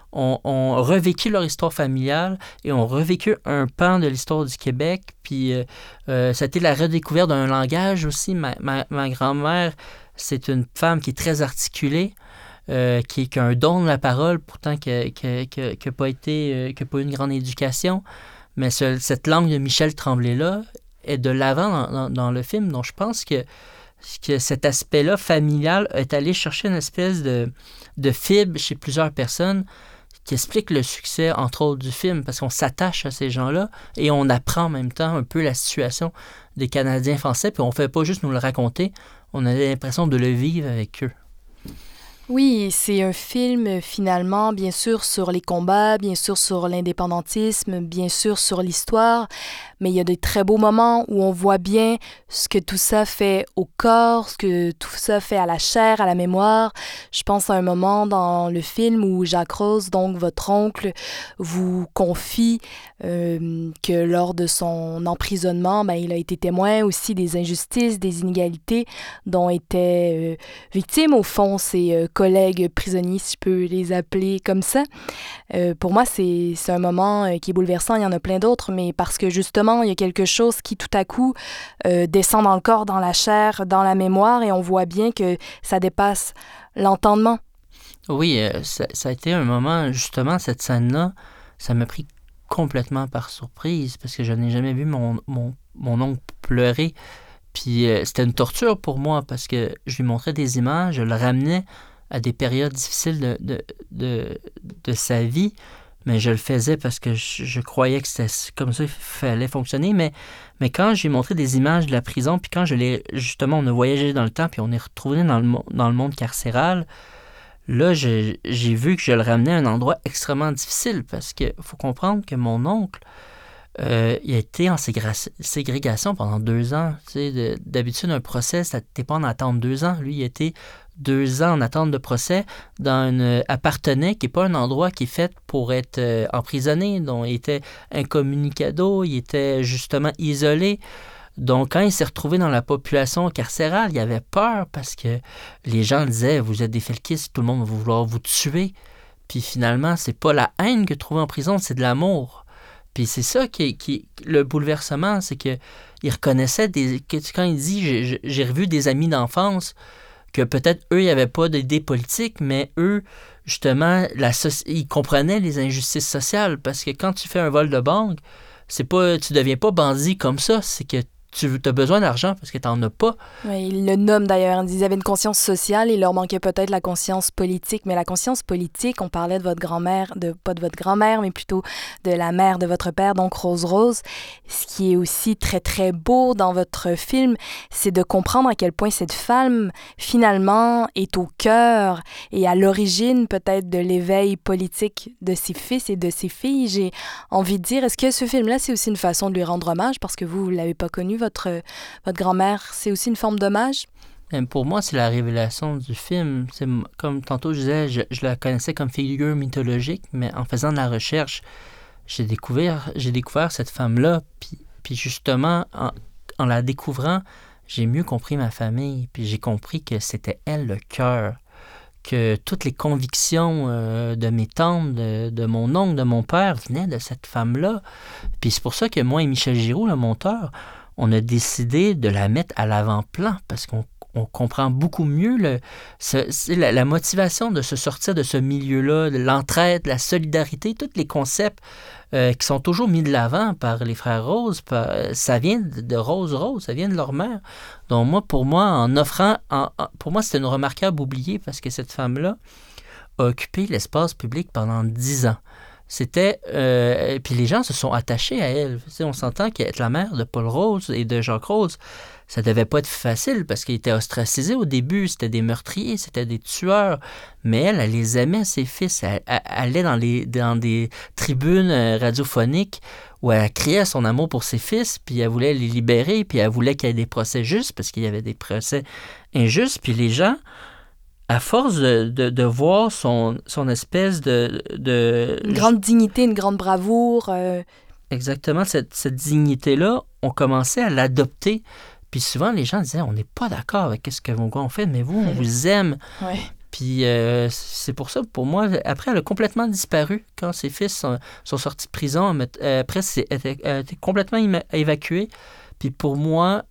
ont revécu leur histoire familiale et ont revécu un pan de l'histoire du Québec. Puis ça a été la redécouverte d'un langage aussi. Ma grand-mère, c'est une femme qui est très articulée, qui a un don de la parole, pourtant qui n'a pas eu une grande éducation. Mais cette langue de Michel Tremblay-là est de l'avant dans le film. Donc je pense que cet aspect-là familial est allé chercher une espèce de fibre chez plusieurs personnes qui explique le succès, entre autres, du film, parce qu'on s'attache à ces gens-là et on apprend en même temps un peu la situation des Canadiens français, puis on ne fait pas juste nous le raconter, on a l'impression de le vivre avec eux. Oui, c'est un film finalement, bien sûr, sur les combats, bien sûr sur l'indépendantisme, bien sûr sur l'histoire, mais il y a des très beaux moments où on voit bien ce que tout ça fait au corps, ce que tout ça fait à la chair, à la mémoire. Je pense à un moment dans le film où Jacques Rose, donc votre oncle, vous confie que lors de son emprisonnement, il a été témoin aussi des injustices, des inégalités dont étaient victimes, au fond, ses collègues prisonniers, si je peux les appeler comme ça. Pour moi, c'est un moment qui est bouleversant. Il y en a plein d'autres, mais parce que justement, il y a quelque chose qui tout à coup descend dans le corps, dans la chair, dans la mémoire, et on voit bien que ça dépasse l'entendement. Oui, ça a été un moment, justement, cette scène-là, ça m'a pris complètement par surprise, parce que je n'ai jamais vu mon oncle pleurer. Puis c'était une torture pour moi, parce que je lui montrais des images, je le ramenais à des périodes difficiles de sa vie, mais je le faisais parce que je croyais que c'était comme ça qu'il fallait fonctionner. Mais quand j'ai montré des images de la prison, puis quand justement, on a voyagé dans le temps, puis on est retrouvé dans le monde carcéral, là, j'ai vu que je le ramenais à un endroit extrêmement difficile, parce qu'il faut comprendre que mon oncle, il a été en ségrégation pendant 2 ans. Tu sais, d'habitude, un procès, ça t'es pas en attente 2 ans. Lui, il a été 2 ans en attente de procès dans Appartenay, qui n'est pas un endroit qui est fait pour être emprisonné, dont il était incommunicado, il était justement isolé. Donc, quand il s'est retrouvé dans la population carcérale, il avait peur parce que les gens disaient « Vous êtes des felkistes, tout le monde va vouloir vous tuer. » Puis finalement, c'est pas la haine que trouve en prison, c'est de l'amour. Puis c'est ça qui le bouleversement, c'est qu'il reconnaissait quand il dit « J'ai revu des amis d'enfance », que peut-être eux, ils n'avaient pas d'idée politique, mais eux, justement, ils comprenaient les injustices sociales, parce que quand tu fais un vol de banque, tu deviens pas bandit comme ça, c'est que tu as besoin d'argent parce que tu n'en as pas. Oui, ils le nomment d'ailleurs. Ils avaient une conscience sociale, il leur manquait peut-être la conscience politique. Mais la conscience politique, on parlait de votre grand-mère, pas de votre grand-mère, mais plutôt de la mère de votre père, donc Rose. Ce qui est aussi très, très beau dans votre film, c'est de comprendre à quel point cette femme, finalement, est au cœur et à l'origine peut-être de l'éveil politique de ses fils et de ses filles. J'ai envie de dire, est-ce que ce film-là, c'est aussi une façon de lui rendre hommage parce que vous ne l'avez pas connu? Votre grand-mère, c'est aussi une forme d'hommage? Pour moi, c'est la révélation du film. C'est, comme tantôt je disais, je la connaissais comme figure mythologique, mais en faisant de la recherche, j'ai découvert cette femme-là. Puis justement, en la découvrant, j'ai mieux compris ma famille. Puis j'ai compris que c'était elle le cœur. Que toutes les convictions de mes tantes, de mon oncle, de mon père venaient de cette femme-là. Puis c'est pour ça que moi et Michel Giroux, le monteur, on a décidé de la mettre à l'avant-plan parce qu'on comprend beaucoup mieux la motivation de se sortir de ce milieu-là, de l'entraide, la solidarité, tous les concepts qui sont toujours mis de l'avant par les frères Rose. Ça vient de Rose, ça vient de leur mère. Donc pour moi, c'était une remarquable oubliée parce que cette femme-là a occupé l'espace public pendant 10 ans. Puis les gens se sont attachés à elle. On s'entend qu'être la mère de Paul Rose et de Jacques Rose, ça devait pas être facile parce qu'ils étaient ostracisés au début. C'était des meurtriers, c'était des tueurs. Mais elle les aimait, ses fils. Elle allait dans des tribunes radiophoniques où elle criait son amour pour ses fils, puis elle voulait les libérer, puis elle voulait qu'il y ait des procès justes parce qu'il y avait des procès injustes. Puis les gens, à force de voir son espèce de... Une grande dignité, une grande bravoure. Exactement, cette dignité-là, on commençait à l'adopter. Puis souvent, les gens disaient, on n'est pas d'accord avec ce que vos gars ont fait, mais vous, on vous aime. Ouais. Puis c'est pour ça, pour moi, après, elle a complètement disparu quand ses fils sont sortis de prison. Après, elle a été complètement évacuée. Puis pour moi,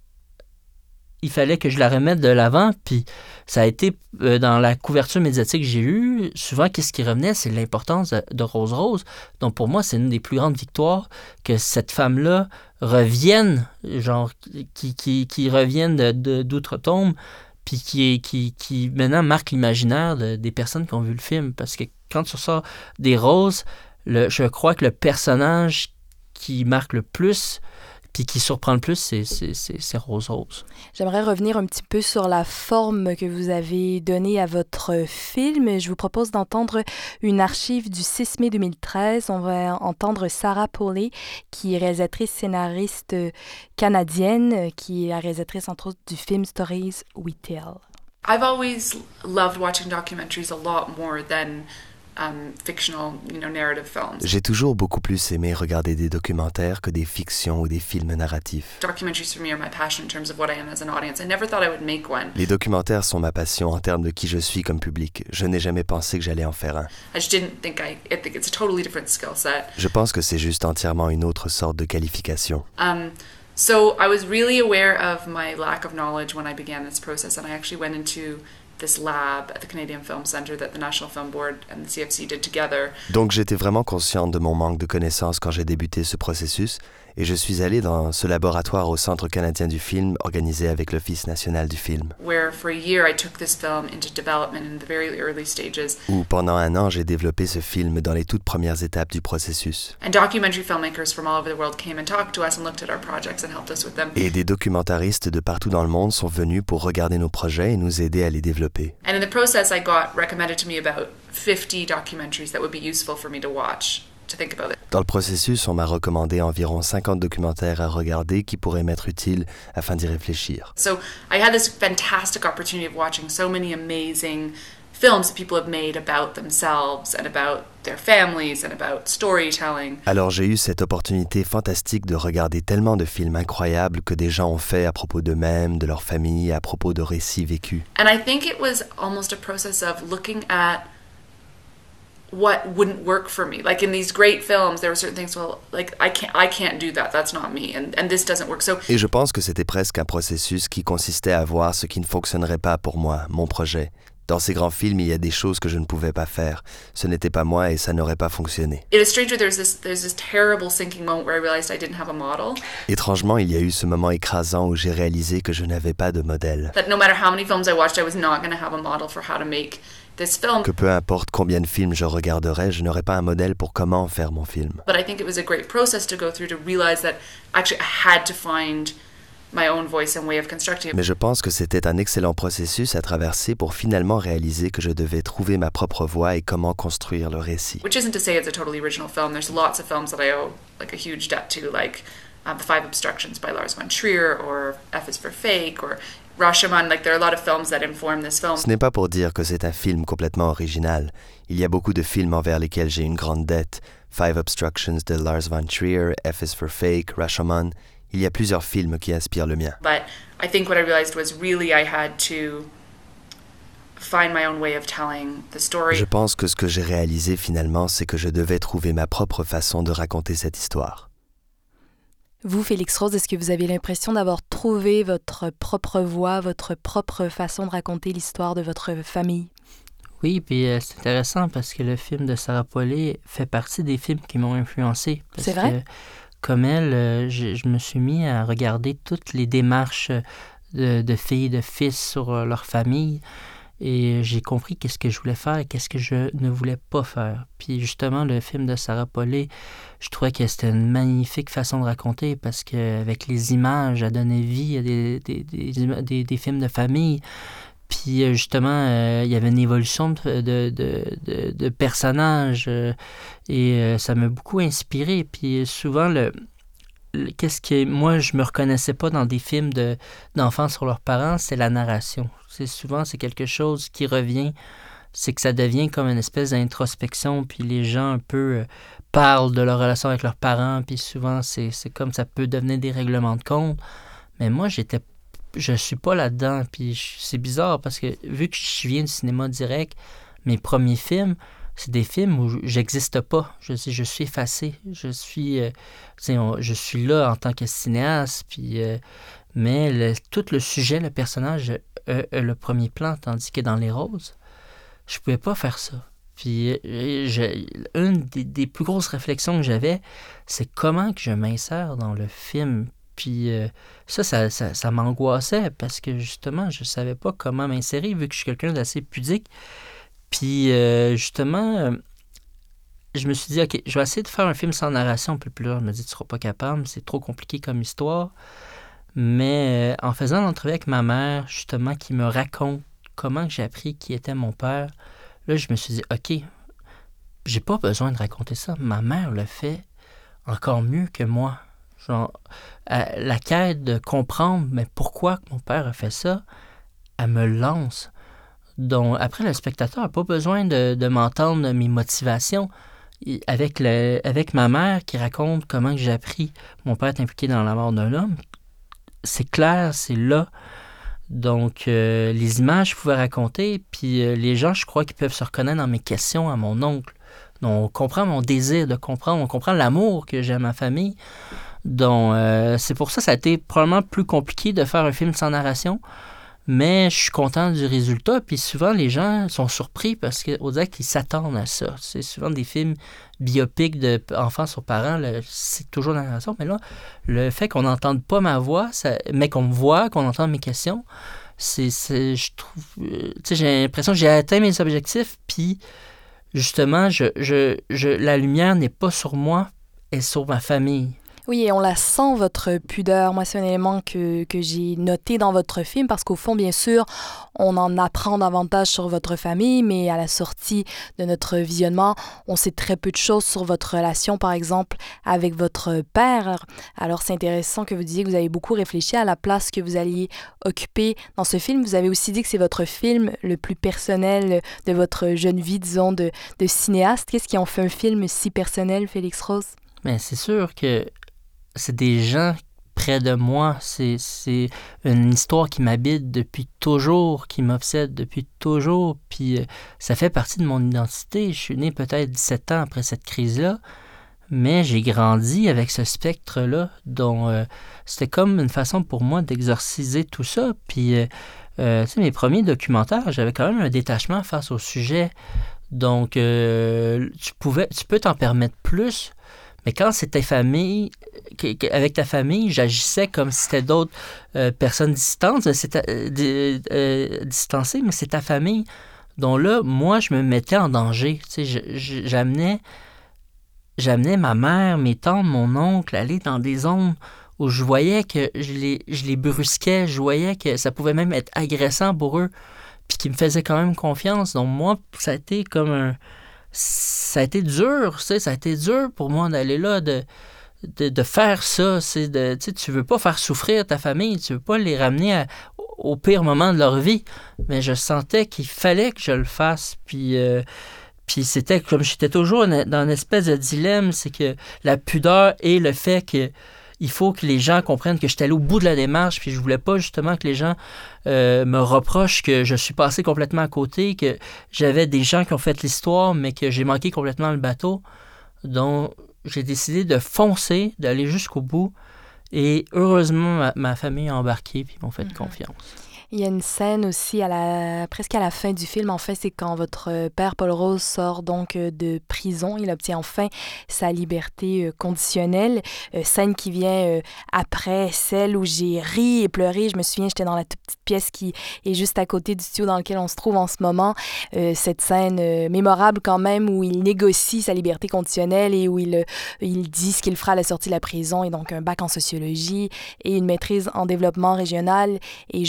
il fallait que je la remette de l'avant. Puis ça a été, dans la couverture médiatique que j'ai eue, souvent, qu'est-ce qui revenait, c'est l'importance de Rose Rose. Donc pour moi, c'est une des plus grandes victoires que cette femme-là revienne, genre, qui revienne d'outre-tombe, puis qui maintenant marque l'imaginaire des personnes qui ont vu le film. Parce que quand tu ressors des Roses, je crois que le personnage qui marque le plus, puis qui surprend le plus, c'est Rose Rose. J'aimerais revenir un petit peu sur la forme que vous avez donnée à votre film. Je vous propose d'entendre une archive du 6 mai 2013. On va entendre Sarah Polley, qui est réalisatrice scénariste canadienne, qui est la réalisatrice entre autres du film Stories We Tell. I've always loved watching documentaries a lot more than fictional, narrative films. J'ai toujours beaucoup plus aimé regarder des documentaires que des fictions ou des films narratifs. Documentaries for me are my passion in terms of what I am as an audience. I never thought I would make one. Les documentaires sont ma passion en termes de qui je suis comme public. Je n'ai jamais pensé que j'allais en faire un. I just didn't think I think it's a totally different skill set. Je pense que c'est juste entièrement une autre sorte de qualification. So I was really aware of my lack of knowledge when I began this process, and I actually went into this lab at the Canadian Film Centre that the National Film Board and the CFC did together. Donc j'étais vraiment consciente de mon manque de connaissances quand j'ai débuté ce processus et je suis allée dans ce laboratoire au Centre canadien du film organisé avec l'Office national du film. Where for a year I took this film into development in the very early stages. Où pendant un an j'ai développé ce film dans les toutes premières étapes du processus. And documentary filmmakers from all over the world came and talked to us and looked at our projects and helped us with them. Et des documentaristes de partout dans le monde sont venus pour regarder nos projets et nous aider à les développer. And in the process I got recommended to me about 50 documentaries that would be useful for me to watch. Dans le processus, on m'a recommandé environ 50 documentaires à regarder qui pourraient m'être utiles afin d'y réfléchir. So I had this fantastic opportunity of watching so many amazing films that people have made about themselves and about their families and about storytelling. Alors j'ai eu cette opportunité fantastique de regarder tellement de films incroyables que des gens ont fait à propos d'eux-mêmes, de leur famille, à propos de récits vécus. And I think it was almost a process of looking at what wouldn't work for me. Like in these great films, there were certain things, well, like I can't do that. That's not me. And this doesn't work. So. Et je pense que c'était presque un processus qui consistait à voir ce qui ne fonctionnerait pas pour moi, mon projet. Dans ces grands films, il y a des choses que je ne pouvais pas faire. Ce n'était pas moi et ça n'aurait pas fonctionné. It is strange, there's this terrible sinking moment where I realized I didn't have a model. Étrangement, il y a eu ce moment écrasant où j'ai réalisé que je n'avais pas de modèle. That no matter how many films I watched, I was not going to have a model for how to make this film. Que peu importe combien de films je regarderais, je n'aurais pas un modèle pour comment faire mon film. But I think it was a great process to go through to realize that actually I had to find my own voice and way of constructing. Mais je pense que c'était un excellent processus à traverser pour finalement réaliser que je devais trouver ma propre voix et comment construire le récit. Which isn't to say it's a totally original film. There's lots of films that I owe like a huge debt to, like The Five Obstructions by Lars von Trier, or F is for Fake, or Rashomon. Like there are a lot of films that inform this film. Ce n'est pas pour dire que c'est un film complètement original. Il y a beaucoup de films envers lesquels j'ai une grande dette. Five Obstructions de Lars von Trier, F is for Fake, Rashomon. Il y a plusieurs films qui inspirent le mien. But I think what I realized was really I had to find my own way of telling the story. Je pense que ce que j'ai réalisé finalement, c'est que je devais trouver ma propre façon de raconter cette histoire. Vous, Félix Rose, est-ce que vous avez l'impression d'avoir trouvé votre propre voix, votre propre façon de raconter l'histoire de votre famille? Oui, puis c'est intéressant parce que le film de Sarah Polley fait partie des films qui m'ont influencé. C'est vrai? Comme elle, je me suis mis à regarder toutes les démarches de filles et de fils sur leur famille et j'ai compris qu'est-ce que je voulais faire et qu'est-ce que je ne voulais pas faire. Puis justement, le film de Sarah Polley, je trouvais que c'était une magnifique façon de raconter parce qu'avec les images, elle donnait vie à des films de famille. Puis justement, il y avait une évolution de personnages et ça m'a beaucoup inspiré. Puis souvent, qu'est-ce que moi, je me reconnaissais pas dans des films d'enfants sur leurs parents, c'est la narration. C'est quelque chose qui revient, c'est que ça devient comme une espèce d'introspection, puis les gens un peu parlent de leur relation avec leurs parents, puis souvent, c'est comme ça peut devenir des règlements de compte. Mais moi, j'étais je suis pas là-dedans. Puis c'est bizarre parce que vu que je viens du cinéma direct, mes premiers films, c'est des films où j'existe pas. Je suis effacé. Je suis là en tant que cinéaste, puis, mais tout le sujet, le personnage a le premier plan, tandis que dans Les Roses, je pouvais pas faire ça. Puis une des plus grosses réflexions que j'avais, c'est comment que je m'insère dans le film. Puis ça m'angoissait parce que justement, je savais pas comment m'insérer vu que je suis quelqu'un d'assez pudique. Puis justement, je me suis dit, OK, je vais essayer de faire un film sans narration. Puis là, je me dis, tu seras pas capable, c'est trop compliqué comme histoire. Mais en faisant l'entrevue avec ma mère, justement, qui me raconte comment j'ai appris qui était mon père, là, je me suis dit, OK, j'ai pas besoin de raconter ça. Ma mère le fait encore mieux que moi. Genre, la quête de comprendre, mais pourquoi mon père a fait ça, elle me lance. Donc, après, le spectateur n'a pas besoin de m'entendre mes motivations. Avec ma mère qui raconte comment j'ai appris mon père est impliqué dans la mort d'un homme, c'est clair, c'est là. Donc, les images, je pouvais raconter, puis les gens, je crois qu'ils peuvent se reconnaître dans mes questions à mon oncle. Donc, on comprend mon désir de comprendre, on comprend l'amour que j'ai à ma famille. Donc, c'est pour ça que ça a été probablement plus compliqué de faire un film sans narration, mais je suis content du résultat. Puis souvent, les gens sont surpris parce qu'on dirait qu'ils s'attendent à ça. C'est souvent des films biopiques d'enfants sur parents, c'est toujours la narration. Mais là, le fait qu'on n'entende pas ma voix, mais qu'on me voit, qu'on entende mes questions, je trouve, j'ai l'impression que j'ai atteint mes objectifs. Puis justement, la lumière n'est pas sur moi, elle est sur ma famille. Oui, et on la sent, votre pudeur. Moi, c'est un élément que j'ai noté dans votre film parce qu'au fond, bien sûr, on en apprend davantage sur votre famille, mais à la sortie de notre visionnement, on sait très peu de choses sur votre relation, par exemple, avec votre père. Alors, c'est intéressant que vous disiez que vous avez beaucoup réfléchi à la place que vous alliez occuper dans ce film. Vous avez aussi dit que c'est votre film le plus personnel de votre jeune vie, disons, de cinéaste. Qu'est-ce qui en fait un film si personnel, Félix Rose? Bien, c'est sûr que c'est des gens près de moi. C'est une histoire qui m'habite depuis toujours, qui m'obsède depuis toujours. Puis ça fait partie de mon identité. Je suis né peut-être 17 ans après cette crise-là, mais j'ai grandi avec ce spectre-là. Donc, c'était comme une façon pour moi d'exorciser tout ça. Puis, mes premiers documentaires, j'avais quand même un détachement face au sujet. Donc, tu peux t'en permettre plus. Mais quand c'était famille, avec ta famille, j'agissais comme si c'était d'autres personnes distantes, distancées, mais c'est ta famille. Donc là, moi, je me mettais en danger. Tu sais, j'amenais ma mère, mes tantes, mon oncle aller dans des zones où je voyais que je les brusquais, je voyais que ça pouvait même être agressant pour eux, puis qu'ils me faisaient quand même confiance. Donc moi, ça a été comme ça a été dur, tu sais, ça a été dur pour moi d'aller là, de faire ça. Tu veux pas faire souffrir ta famille, tu veux pas les ramener au pire moment de leur vie. Mais je sentais qu'il fallait que je le fasse. Puis c'était comme j'étais toujours dans une espèce de dilemme, c'est que la pudeur et le fait que il faut que les gens comprennent que j'étais allé au bout de la démarche, puis je voulais pas justement que les gens me reprochent que je suis passé complètement à côté, que j'avais des gens qui ont fait l'histoire, mais que j'ai manqué complètement le bateau. Donc, j'ai décidé de foncer, d'aller jusqu'au bout, et heureusement, ma famille a embarqué, puis ils m'ont fait confiance. Il y a une scène aussi presque à la fin du film, en fait, c'est quand votre père Paul Rose sort donc de prison. Il obtient enfin sa liberté conditionnelle. Scène qui vient après celle où j'ai ri et pleuré. Je me souviens, j'étais dans la toute petite pièce qui est juste à côté du studio dans lequel on se trouve en ce moment. Cette scène mémorable quand même où il négocie sa liberté conditionnelle et où il dit ce qu'il fera à la sortie de la prison, et donc un bac en sociologie et une maîtrise en développement régional. Et je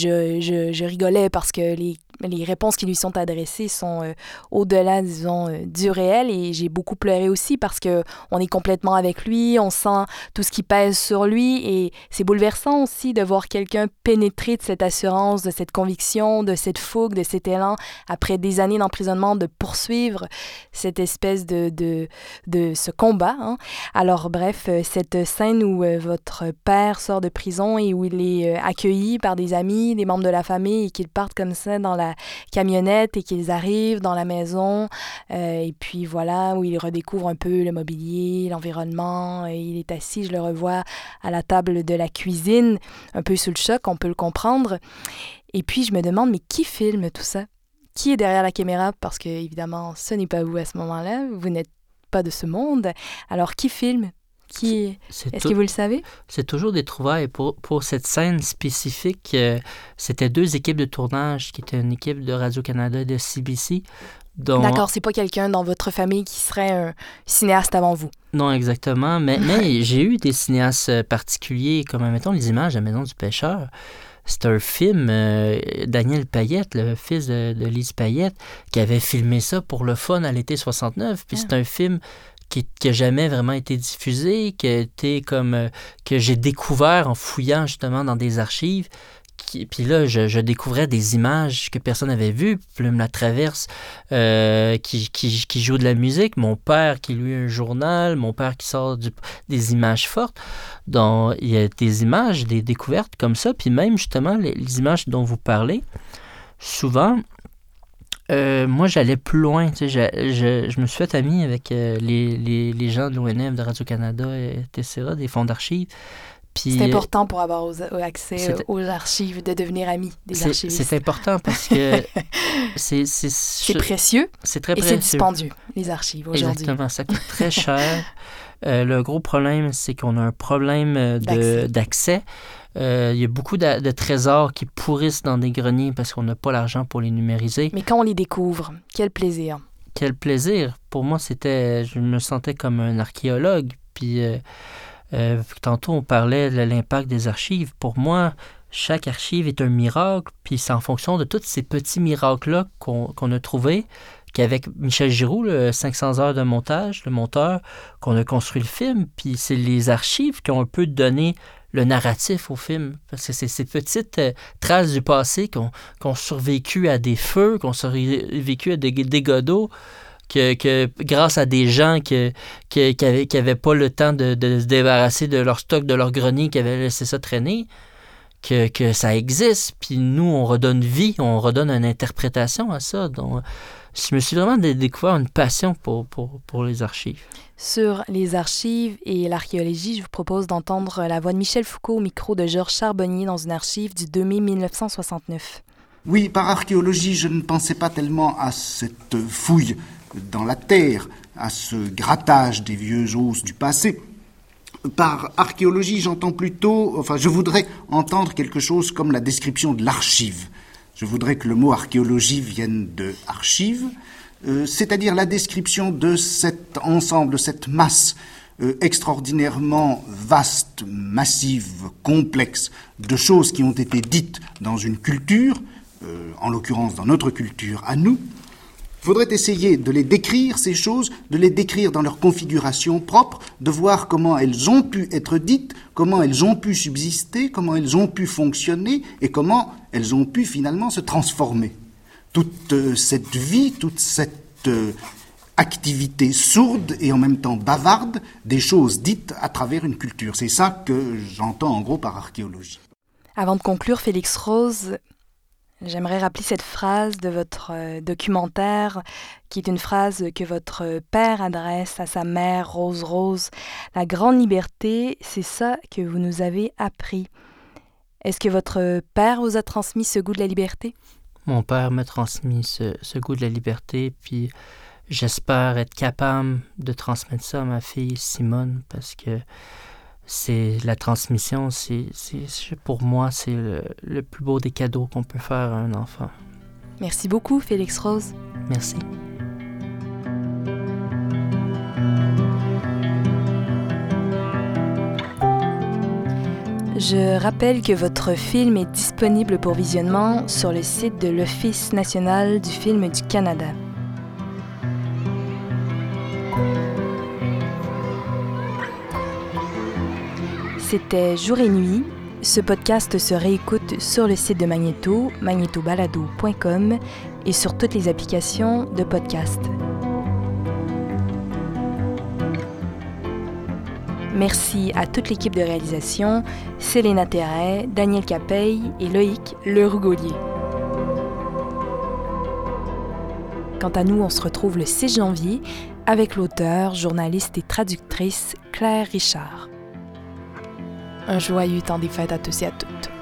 je rigolais parce que les réponses qui lui sont adressées sont au-delà, disons, du réel. Et j'ai beaucoup pleuré aussi parce qu'on est complètement avec lui, on sent tout ce qui pèse sur lui. Et c'est bouleversant aussi de voir quelqu'un pénétrer de cette assurance, de cette conviction, de cette fougue, de cet élan, après des années d'emprisonnement, de poursuivre cette espèce de ce combat. Hein. Alors bref, cette scène où votre père sort de prison et où il est accueilli par des amis, des membres de la famille, et qu'ils partent comme ça dans la camionnette et qu'ils arrivent dans la maison, et puis voilà, où il redécouvre un peu le mobilier, l'environnement, et il est assis, je le revois à la table de la cuisine, un peu sous le choc, on peut le comprendre. Et puis je me demande, mais qui filme tout ça? Qui est derrière la caméra? Parce que, évidemment, ce n'est pas vous à ce moment-là, vous n'êtes pas de ce monde. Alors, qui filme? Est-ce que vous le savez? C'est toujours des trouvailles. Pour cette scène spécifique, c'était 2 équipes de tournage, qui étaient une équipe de Radio-Canada et de CBC. D'accord, c'est pas quelqu'un dans votre famille qui serait un cinéaste avant vous. Non, exactement. Mais j'ai eu des cinéastes particuliers, comme, mettons, Les Images à la Maison du Pêcheur. C'est un film, Daniel Payette, le fils de Lise Payette, qui avait filmé ça pour le fun à l'été 69. Puis c'est un film qui n'a jamais vraiment été diffusé, que j'ai découvert en fouillant justement dans des archives. Puis là, je découvrais des images que personne n'avait vues. Plume la Traverse, qui joue de la musique. Mon père qui lit un journal. Mon père qui sort des images fortes. Donc, il y a des images, des découvertes comme ça. Puis même, justement, les images dont vous parlez, souvent, moi, j'allais plus loin. Tu sais, je me suis fait ami avec les gens de l'ONF, de Radio-Canada, etc., des fonds d'archives. Puis, c'est important pour avoir accès aux archives, de devenir ami des archivistes. C'est important parce que c'est précieux. C'est très précieux. Et c'est dispendieux, les archives, aujourd'hui. Exactement, ça coûte très cher. Le gros problème, c'est qu'on a un problème d'accès. Il y a beaucoup de trésors qui pourrissent dans des greniers parce qu'on n'a pas l'argent pour les numériser. Mais quand on les découvre, quel plaisir. Quel plaisir. Pour moi, je me sentais comme un archéologue. Puis... tantôt, on parlait de l'impact des archives. Pour moi, chaque archive est un miracle, puis c'est en fonction de tous ces petits miracles-là qu'on a trouvés, qu'avec Michel Giroux, 500 heures de montage, le monteur, qu'on a construit le film, puis c'est les archives qui ont un peu donné le narratif au film, parce que c'est ces petites traces du passé qu'on survécu à des feux, qu'on survécu à des dégâts d'eau, que grâce à des gens qui avaient pas le temps de se débarrasser de leur stock, de leur grenier, qui avaient laissé ça traîner, que ça existe. Puis nous, on redonne vie, on redonne une interprétation à ça. Donc, je me suis vraiment découvert une passion pour les archives. Sur les archives et l'archéologie, je vous propose d'entendre la voix de Michel Foucault au micro de Georges Charbonnier dans une archive du 2 mai 1969. Oui, par archéologie, je ne pensais pas tellement à cette fouille dans la terre, à ce grattage des vieux os du passé. Par archéologie, j'entends plutôt, je voudrais entendre quelque chose comme la description de l'archive. Je voudrais que le mot archéologie vienne de archive, c'est-à-dire la description de cet ensemble, cette masse extraordinairement vaste, massive, complexe, de choses qui ont été dites dans une culture, en l'occurrence dans notre culture à nous. Il faudrait essayer de les décrire, ces choses, de les décrire dans leur configuration propre, de voir comment elles ont pu être dites, comment elles ont pu subsister, comment elles ont pu fonctionner et comment elles ont pu finalement se transformer. Toute cette vie, toute cette activité sourde et en même temps bavarde des choses dites à travers une culture. C'est ça que j'entends en gros par archéologie. Avant de conclure, Félix Rose, j'aimerais rappeler cette phrase de votre documentaire, qui est une phrase que votre père adresse à sa mère, Rose Rose. La grande liberté, c'est ça que vous nous avez appris. Est-ce que votre père vous a transmis ce goût de la liberté? Mon père m'a transmis ce goût de la liberté, puis j'espère être capable de transmettre ça à ma fille Simone, parce que c'est la transmission, pour moi, c'est le plus beau des cadeaux qu'on peut faire à un enfant. Merci beaucoup, Félix Rose. Merci. Je rappelle que votre film est disponible pour visionnement sur le site de l'Office national du film du Canada. C'était Jour et Nuit. Ce podcast se réécoute sur le site de Magnéto, magnetobalado.com et sur toutes les applications de podcast. Merci à toute l'équipe de réalisation, Célena Terret, Daniel Capeille et Loïc Lerougolier. Quant à nous, on se retrouve le 6 janvier avec l'auteure, journaliste et traductrice Claire Richard. Un joyeux temps des fêtes à tous et à toutes.